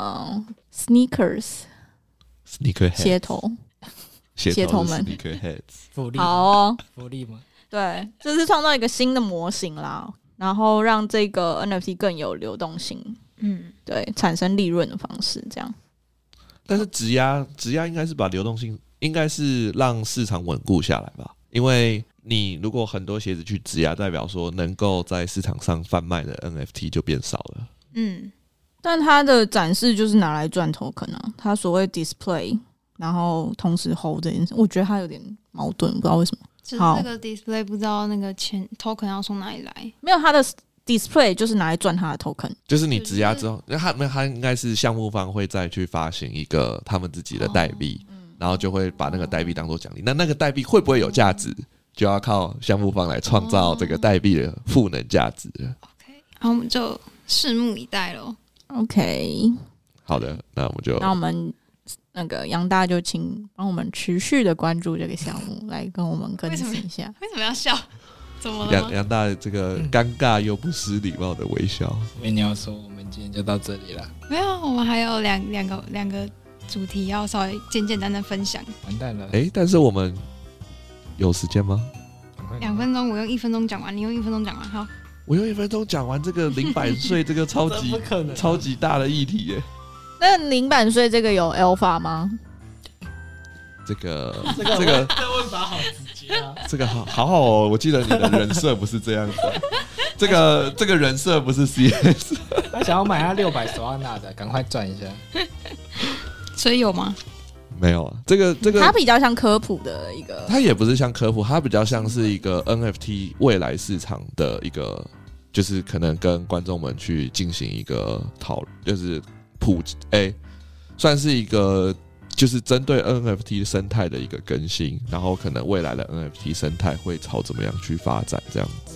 sneakers 鞋头们 Sneakerheads 福利好哦， 福利吗？ 对，就是创造一个新的模型啦，然后让这个 NFT 更有流动性，对，产生利润的方式这样。 但是质押应该是把流动性，应该是让市场稳固下来吧。因为你如果很多鞋子去质押，代表说能够在市场上贩卖的 NFT 就变少了。 但它的展示就是拿来赚token啊，它所谓 display， 然后同时 hold 这件事，我觉得它有点矛盾，不知道为什么。 就是这个 display 不知道那个钱 token 要从哪里来？ 没有，它的 display 就是拿来赚它的 token， 就是你质押之后，它应该是项目方会再去发行一个他们自己的代币，然后就会把那个代币当做奖励。那个代币会不会有价值，就要靠项目方来创造这个代币的赋能价值了。 OK， 然后我们就拭目以待咯。 OK， 好的，那我们那个杨大就请帮我们持续的关注这个项目，来跟我们更新一下。 为什么要笑？怎么了吗？ 杨大这个尴尬又不失礼貌的微笑。 因为你要说我们今天就到这里了。 没有，我们还有两个主题要稍微简单的分享。 完蛋了！ 但是我们有时间吗 ？2分钟，我用1分钟讲完，你用1分钟讲完。好， 我用1分钟讲完这个零版税这个超级大的议题耶。 那零版税这个有 alpha 吗？ 这个问法好直接啊！ 这个好哦，我记得你的人设不是这样子。这个人设不是 CS。 他想要买他600手安娜的，赶快赚一下。 所以有吗？ 没有啊，这个它比较像科普的一个， 它也不是像科普，它比较像是一个 NFT 未来市场的一个，就是可能跟观众们去进行一个讨论，就是算是一个就是针对 NFT 生态的一个更新，然后可能未来的 NFT 生态会朝怎么样去发展这样子。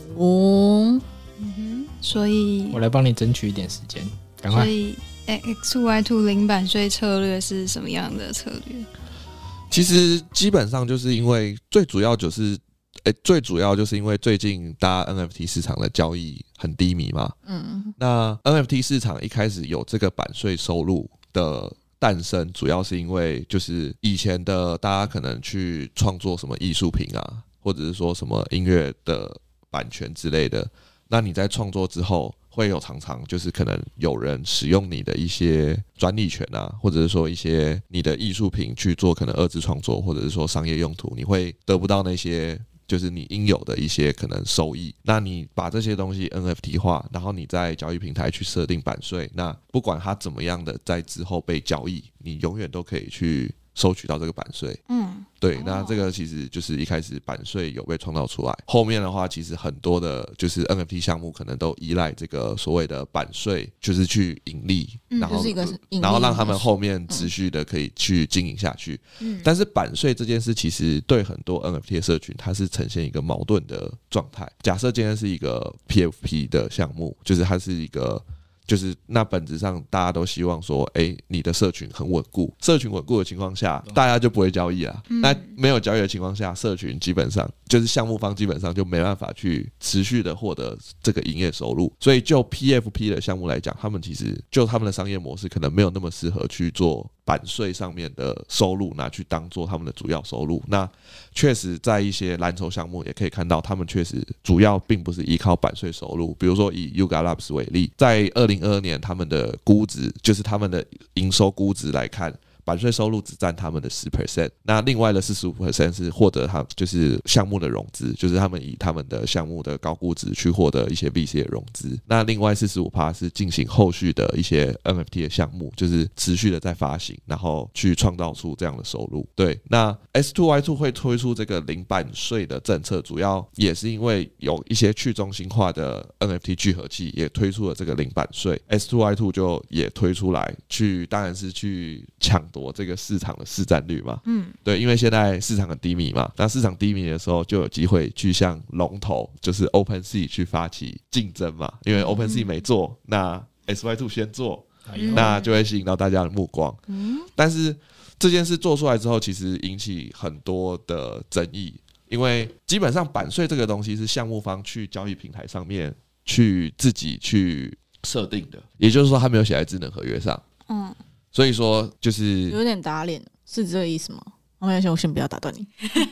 所以我来帮你争取一点时间，赶快。 所以X2Y2 零版税策略是什么样的策略？ 其实基本上就是因为最主要就是因为最近大家 NFT 市场的交易很低迷嘛。那 NFT 市场一开始有这个版税收入的诞生，主要是因为就是以前的大家可能去创作什么艺术品啊，或者是说什么音乐的版权之类的， 那你在创作之后会有常常就是可能有人使用你的一些专利权啊，或者是说一些你的艺术品去做可能二次创作，或者是说商业用途，你会得不到那些就是你应有的一些可能收益。那你把这些东西 NFT 化，然后你在交易平台去设定版税，那不管它怎么样的在之后被交易，你永远都可以去收取到这个版税。对，那这个其实就是一开始版税有被创造出来，后面的话其实很多的就是 NFT 项目可能都依赖这个所谓的版税，就是去盈利，然后让他们后面持续的可以去经营下去。但是版税这件事其实对很多 NFT 的社群它是呈现一个矛盾的状态。假设今天是一个 PFP 的项目，就是它是一个就是那本质上大家都希望说你的社群很稳固，社群稳固的情况下大家就不会交易啦。那没有交易的情况下，社群基本上就是项目方基本上就没办法去持续的获得这个营业收入。所以就 PFP 的项目来讲，他们其实就他们的商业模式可能没有那么适合去做版税上面的收入拿去当做他们的主要收入。那确实在一些蓝筹项目也可以看到，他们确实主要并不是依靠版税收入。比如说以 Yuga Labs 为例，在2022年他们的估值，就是他们的营收估值来看，版税收入只占他们的 10%， 那另外的 45% 是获得他就是项目的融资，就是他们以他们的项目的高估值去获得一些 VC 的融资。那另外 45% 是进行后续的一些 NFT 的项目，就是持续的在发行，然后去创造出这样的收入。对，那 S2Y2 会推出这个零版税的政策，主要也是因为有一些去中心化的 NFT 聚合器也推出了这个零版税， S2Y2 就也推出来去，当然是去抢夺这个市场的市占率嘛。对，因为现在市场很低迷嘛，那市场低迷的时候就有机会去向龙头就是 OpenSea 去发起竞争嘛，因为 OpenSea 没做，那 SY2 先做，那就会吸引到大家的目光。但是这件事做出来之后，其实引起很多的争议，因为基本上版税这个东西是项目方去交易平台上面去自己去设定的，也就是说他没有写在智能合约上。所以说就是有点打脸，是这个意思吗？没关系，我先不要打断你。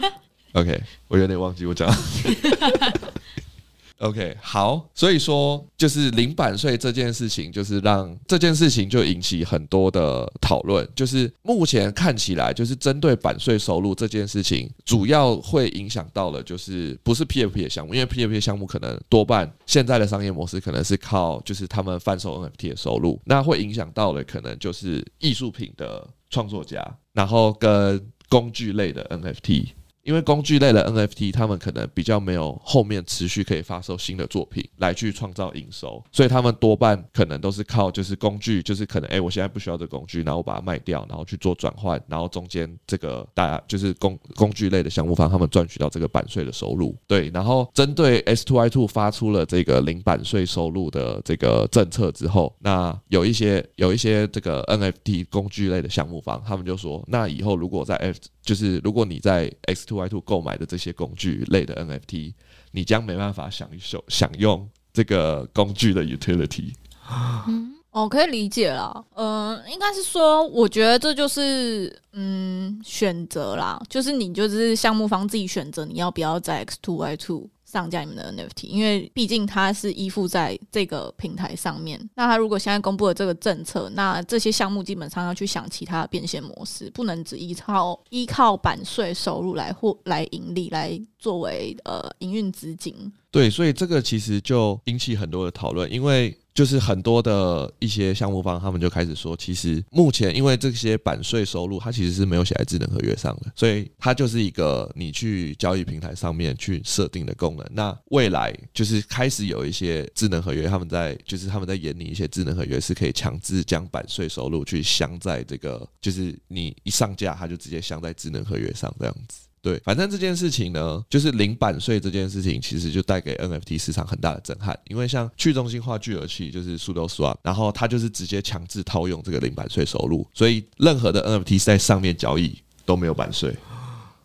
OK， 我有点忘记我讲。OK， 好，所以说就是零版税这件事情，就是让这件事情就引起很多的讨论。就是目前看起来，就是针对版税收入这件事情，主要会影响到的就是不是 PFP 的项目，因为 PFP 的项目可能多半现在的商业模式可能是靠就是他们贩售 NFT 的收入，那会影响到的可能就是艺术品的创作家，然后跟工具类的 NFT。因为工具类的 NFT 他们可能比较没有后面持续可以发售新的作品来去创造营收，所以他们多半可能都是靠就是工具，就是可能我现在不需要这个工具，然后我把它卖掉，然后去做转换，然后中间这个大家就是工具类的项目方他们赚取到这个版税的收入。对，然后针对 S2Y2 发出了这个零版税收入的这个政策之后，那有一些这个 NFT 工具类的项目方他们就说，那以后如果如果你在 X2Y2 购买的这些工具类的 NFT， 你将没办法享用这个工具的 utility。 可以理解啦。应该是说，我觉得这就是选择啦，就是你就是项目方自己选择你要不要在 X2Y2 上架你们的 NFT， 因为毕竟它是依附在这个平台上面。那它如果现在公布了这个政策，那这些项目基本上要去想其他的变现模式，不能只依靠版税收入来盈利，来作为营运资金。 对，所以这个其实就引起很多的讨论，因为就是很多的一些项目方他们就开始说，其实目前因为这些版税收入它其实是没有写在智能合约上的，所以它就是一个你去交易平台上面去设定的功能。那未来就是开始有一些智能合约，他们在研拟一些智能合约是可以强制将版税收入去镶在这个，就是你一上架它就直接镶在智能合约上这样子。对，反正这件事情呢，就是零版税这件事情，其实就带给 NFT 市场很大的震撼。因为像去中心化聚合器就是 SudoSwap， 然后它就是直接强制套用这个零版税收入，所以任何的 NFT 在上面交易都没有版税。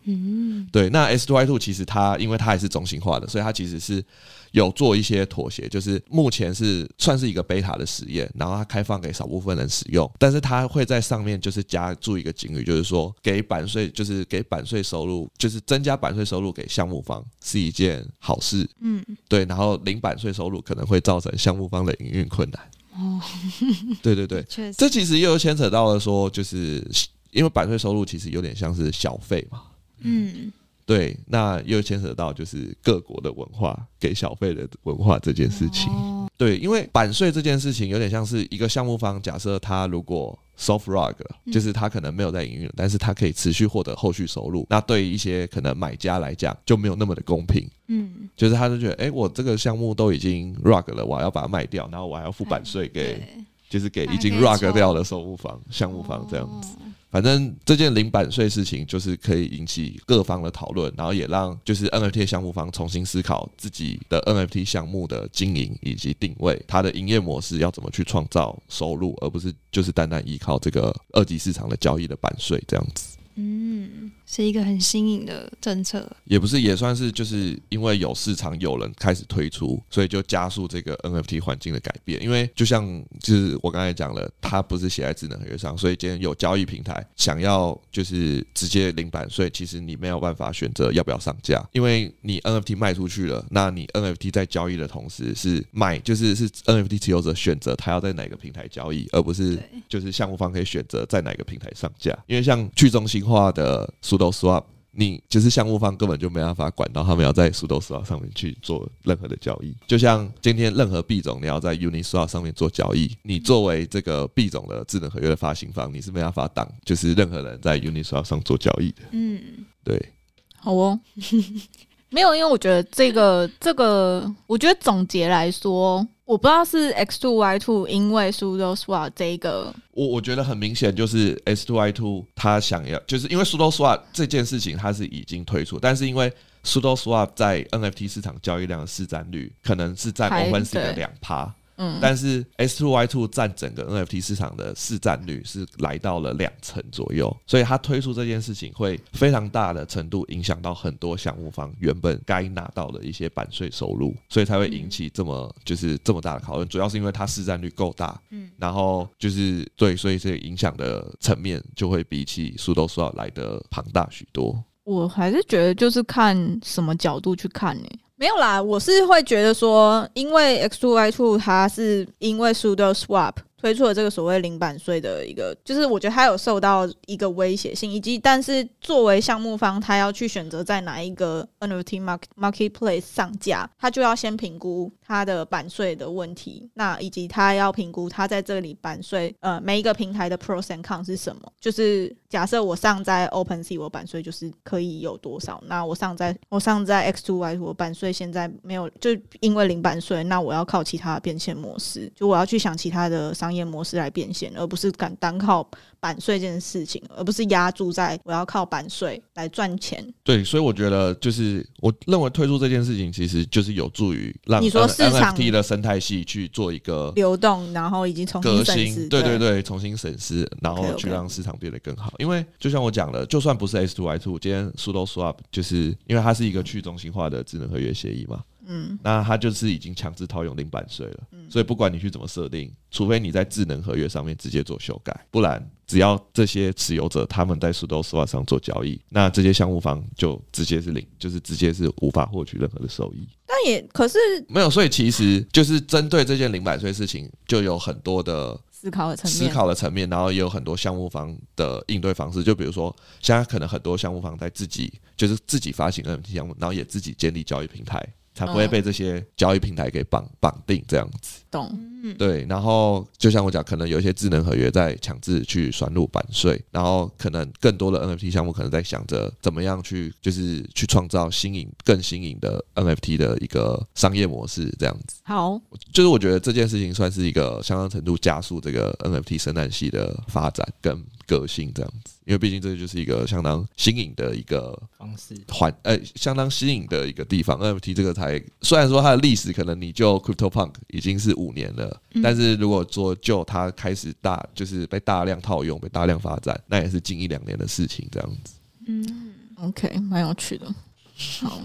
对，那 S2Y2 其实它因为它也是中心化的，所以它其实是有做一些妥协，就是目前是算是一个 beta 的实验，然后它开放给少部分人使用，但是它会在上面就是加注一个警语，就是说给版税，就是给版税收入，就是增加版税收入给项目方是一件好事，对，然后零版税收入可能会造成项目方的营运困难。对对对，这其实又牵扯到了说，就是因为版税收入其实有点像是小费嘛，对，那又牵扯到就是各国的文化给小费的文化这件事情。对，因为版税这件事情有点像是一个项目方，假设他如果 soft rug，就是他可能没有在营运，但是他可以持续获得后续收入。那对于一些可能买家来讲，就没有那么的公平。就是他就觉得，我这个项目都已经 rug 了，我还要把它卖掉，然后我还要付版税给，就是给已经 rug 掉的收入方、项目方这样子。反正这件零版税事情就是可以引起各方的讨论，然后也让就是 NFT 项目方重新思考自己的 NFT 项目的经营以及定位，它的营业模式要怎么去创造收入，而不是就是单单依靠这个二级市场的交易的版税这样子。 是一个很新颖的政策， 也不是，也算是就是因为有市场有人开始推出，所以就加速这个 NFT 环境的改变。因为就像就是我刚才讲了，它不是写在智能合约上，所以今天有交易平台想要就是直接零版税，其实你没有办法选择要不要上架，因为你 NFT 卖出去了，那你 NFT 在交易的同时是卖，就是是 NFT 持有者选择他要在哪个平台交易，而不是就是项目方可以选择在哪个平台上架。因为像去中心化的SudoSwap， 你就是项目方根本就没办法管到他们要在 SudoSwap 上面去做任何的交易。就像今天任何币种你要在 Uniswap 上面做交易，你作为这个币种的智能合约的发行方，你是没办法挡就是任何人在 Uniswap 上做交易的。对， 好哦。没有，因为我觉得这个，我觉得总结来说，我不知道是 X2Y2 因为 SudoSwap 这个， 我觉得很明显就是 X2Y2 他想要，就是因为 SudoSwap 这件事情它是已经推出，但是因为 SudoSwap 在 NFT 市场交易量的市占率可能是占 OpenSea 的 2%。但是 S2Y2 占整个 NFT 市场的市占率是来到了2%左右，所以他推出这件事情会非常大的程度影响到很多项目方原本该拿到的一些版税收入，所以才会引起这么大的讨论。主要是因为它市占率够大，然后就是对，所以这个影响的层面就会比起 SudoSwap 来的庞大许多。 我还是觉得就是看什么角度去看呢。没有啦，我是会觉得说，因为 X2Y2 它是因为 SudoSwap 推出了这个所谓零版税的一个，就是我觉得它有受到一个威胁性，以及但是作为项目方，他要去选择在哪一个 NFT marketplace 上架，他就要先评估他的版税的问题，那以及他要评估他在这里版税每一个平台的 pros and cons 是什么。就是假设我上在 OpenSea 我版税就是可以有多少，那我上在 X2Y2 我版税现在没有，就因为零版税，那我要靠其他的变现模式，就我要去想其他的商业模式来变现，而不是单靠版税这件事情，而不是压注在我要靠版税来赚钱。 对，所以我觉得就是我认为推出这件事情其实就是有助于让你说市场 NFT 的生态系去做一个流动，然后以及重新审视， 对对对，重新审视，然后去让市场变得更好。因为就像我讲的，就算不是 S2Y2， 今天 SudoSwap 就是因为它是一个去中心化的智能合约协议嘛，那它就是已经强制套用零版税了，所以不管你去怎么设定，除非你在智能合约上面直接做修改，不然只要这些持有者他们在 SudoSwap 上做交易，那这些项目方就直接是零，就是直接是无法获取任何的收益。 但也可是没有，所以其实就是针对这件零版税事情，就有很多的思考的层面， 然后也有很多项目方的应对方式。就比如说，现在可能很多项目方在自己发行 NFT 项目，然后也自己建立交易平台，才不会被这些交易平台给绑定这样子。 懂。 对，然后就像我讲，可能有一些智能合约在强制去拴入版税，然后可能更多的 NFT 项目可能在想着怎么样去创造更新颖的 NFT 的一个商业模式这样子。 好， 就是我觉得这件事情算是一个相当程度加速这个 NFT 生态系的发展跟革新这样子，因为毕竟这就是一个相当新颖的一个方式， 相当新颖的一个地方。NFT 这个才虽然说它的历史可能你就 CryptoPunk 已经是5年了，但是如果说就它开始就是被大量套用、被大量发展，那也是近1-2年的事情这样子。 OK， 蛮有趣的。好，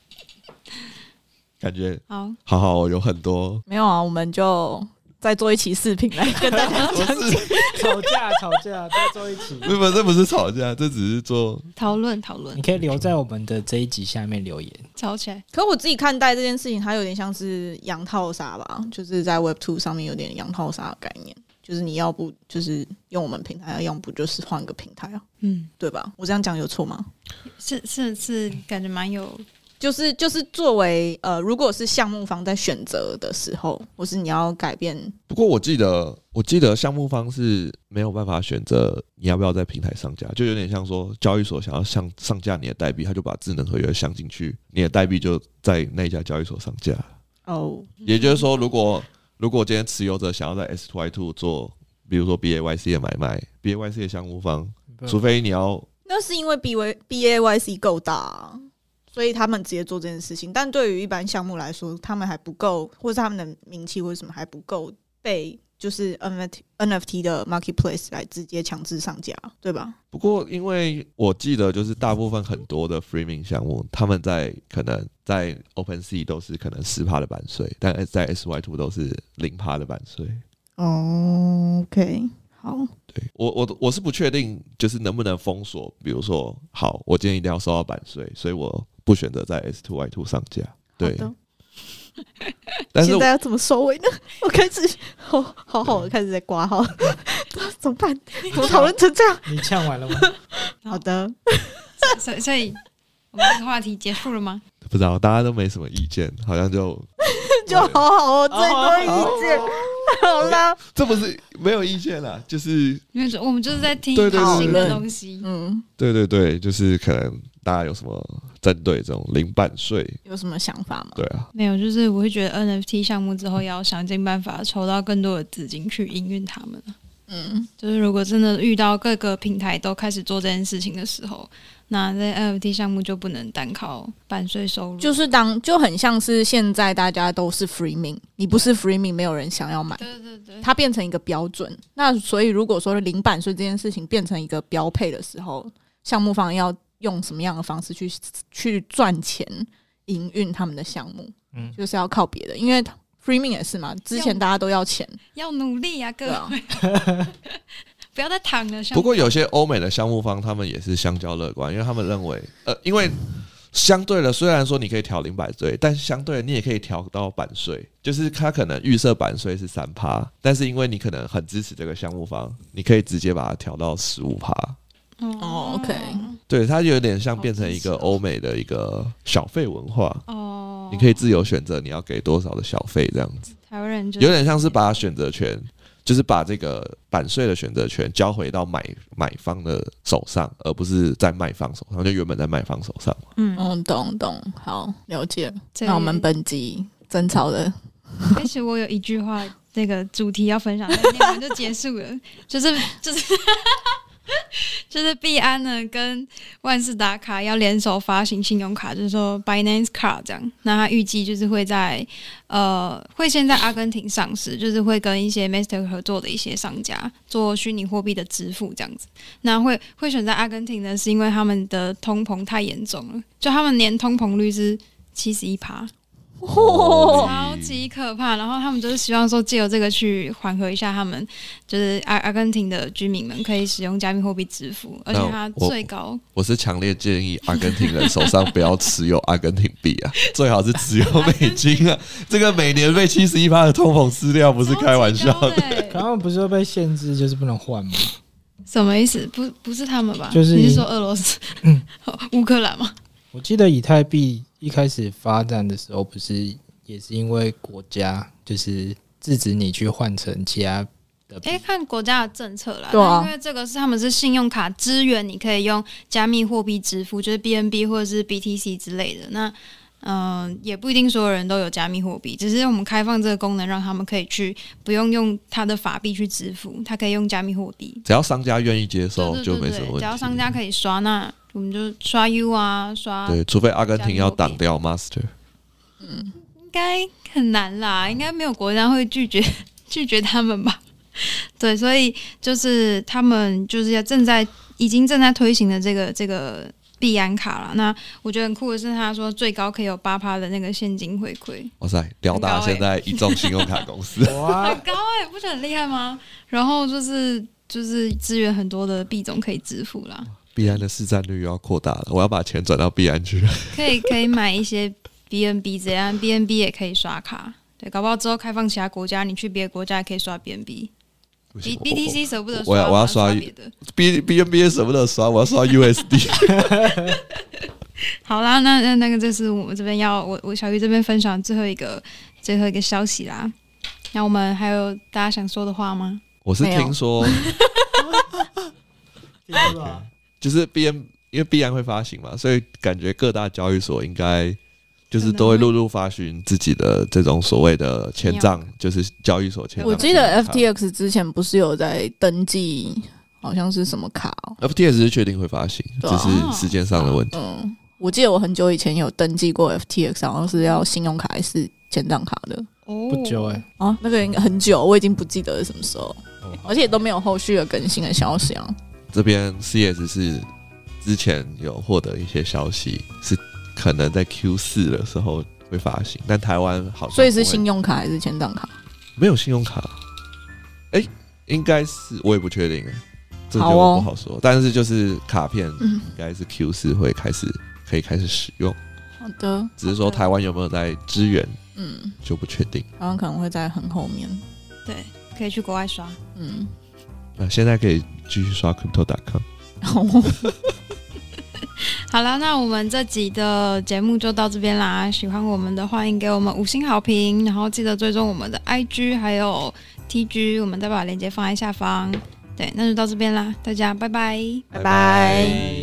感觉好好有很多没有啊，我们就再做一期视频来跟大家讲解。 吵架再做一期。 没有，这不是吵架，这只是做讨论， 你可以留在我们的这一集下面留言， 吵起来。 可我自己看待这件事情，它有点像是羊套杀吧，就是在 Web2 上面有点羊套杀的概念，就是你要不就是用我们平台，要不就是换个平台啊，对吧？我这样讲有错吗？ 是，感觉蛮有。 就是作为如果是项目方在选择的时候，或是你要改变。 不过我记得项目方是没有办法选择你要不要在平台上架，就有点像说交易所想要上架你的代币，他就把智能合约镶进去，你的代币就在那家交易所上架。也就是说，如果今天持有者想要在 S2Y2 做，比如说 BAYC 的买卖 ，BAYC 的项目方，除非你要， 那是因为 BAYC 够大啊，所以他们直接做这件事情。但对于一般项目来说，他们还不够，或是他们的名气或者什么还不够被就是 NFT 的 marketplace 来直接强制上架，对吧？ 不过因为我记得就是大部分很多的 Freeming 项目，他们可能在 OpenSea 都是可能 10% 的版税，但在 SY2 都是 0% 的版税。 OK， 好。 对，我是不确定就是能不能封锁，比如说好，我今天一定要收到版税，所以我不选择在 S2Y2 上架。对，但是现在要怎么收尾呢？我开始好的开始在挂号，怎么办？怎么讨论成这样？ 你呛完了吗？ 好的， 所以我们这个话题结束了吗？ 不知道，大家都没什么意见，好像就好，最多意见。好啦， 这不是没有意见啦，就是因为我们就是在听新的东西。 对，就是可能大家有什么针对这种零版税有什么想法吗？ 对啊， 没有，就是我会觉得 NFT 项目之后要想尽办法筹到更多的资金去营运他们。就是如果真的遇到各个平台都开始做这件事情的时候，那这 NFT 项目就不能单靠版税收入， 就很像是现在大家都是 Freeming， 你不是 Freeming 没有人想要买，对，它变成一个标准。那所以如果说零版税这件事情变成一个标配的时候，项目方要用什么样的方式去赚钱营运他们的项目，就是要靠别的，因为Freeming 也是嘛，之前大家都要钱， 要努力啊，各位，不要再躺了。 不过有些欧美的项目方他们也是相较乐观，因为他们认为，因为相对的，虽然说你可以调0版税，但相对的你也可以调到版税，就是他可能预设版税是3%，但是因为你可能很支持这个项目方，你可以直接把它调到15%。 OK， 对，它有点像变成一个欧美的一个小费文化。你可以自由选择你要给多少的小费，这样子。 台湾人有点像是把选择权，就是把这个版税的选择权交回到买方的手上，而不是在卖方手上，就原本在卖方手上。 懂，好，了解。那我们本集争吵的， 其实我有一句话，那个主题要分享，念完就结束了，就是币安呢跟万事达卡要联手发行信用卡，就是说 Binance Card 这样。那它预计就是会先在阿根廷上市，就是会跟一些 Master 合作的一些商家做虚拟货币的支付这样子。那会选在阿根廷呢，是因为他们的通膨太严重了，就他们年通膨率是71%。超级可怕，然后他们就是希望说借由这个去缓和一下他们就是阿根廷的居民们可以使用加密货币支付，而且它最高。 我是强烈建议阿根廷人手上不要持有阿根廷币啊，最好是持有美金啊。这个每年被71%的通膨吃掉，不是开玩笑的。 他们不是会被限制，就是不能换吗？ 什么意思？不是他们吧？ 就是你是说俄罗斯、乌克兰吗？ 我记得以太币一开始发展的时候，不是也是因为国家就是制止你去换成其他的币？ 看国家的政策啦。 对啊， 因为这个是他们是信用卡支援，你可以用加密货币支付，就是 BNB 或者是 BTC 之类的。那也不一定所有人都有加密货币，只是我们开放这个功能，让他们可以去不用他的法币去支付，他可以用加密货币。 只要商家愿意接受，就没什么问题。 只要商家可以刷，那我们就刷 U 啊，刷。 对，除非阿根廷要挡掉 Master。 应该很难啦，应该没有国家会拒绝他们吧？对，所以就是他们就是已经正在推行的这个币安卡啦。那我觉得很酷的是，他说最高可以有8%的那个现金回馈。 哇塞，辽大现在一众信用卡公司， 很高不觉得很厉害吗？然后就是资源很多的币种可以支付啦。 币安的市占率又要扩大了，我要把钱转到币安去。 可以买一些 BNB 这样 ，BNB 也可以刷卡。对，搞不好之后开放其他国家，你去别的国家也可以刷 BNB。BTC 舍不得刷， 我要刷别的。 BNB 也舍不得刷，我要刷 USD。 好啦，那个就是我们这边我小鱼这边分享最后一个消息啦。那我们还有大家想说的话吗？ 我是听说，就是因为币安会发行嘛，所以感觉各大交易所应该就是都会陆陆发行自己的这种所谓的签账，就是交易所签账。 我记得 FTX 之前不是有在登记，好像是什么卡 FTX 是确定会发行，只是时间上的问题。 我记得我很久以前有登记过 FTX， 好像是要信用卡还是签账卡的。 不久那个应该很久，我已经不记得是什么时候，而且都没有后续的更新的消息啊。 这边 CS 是之前有获得一些消息，是可能在 Q4 的时候会发行，但台湾好像所以是信用卡还是签账卡？ 没有信用卡，应该是我也不确定，这就不好说。但是就是卡片应该是 Q4 会可以开始使用。 好的， 只是说台湾有没有在支援，就不确定。 台湾可能会在很后面。 对，可以去国外刷。 现在可以继续刷 Crypto.com。 好了，那我们这集的节目就到这边啦。喜欢我们的欢迎给我们5星好评，然后记得追踪我们的 IG 还有 TG， 我们再把链接放在下方。对，那就到这边啦，大家拜拜， 拜拜。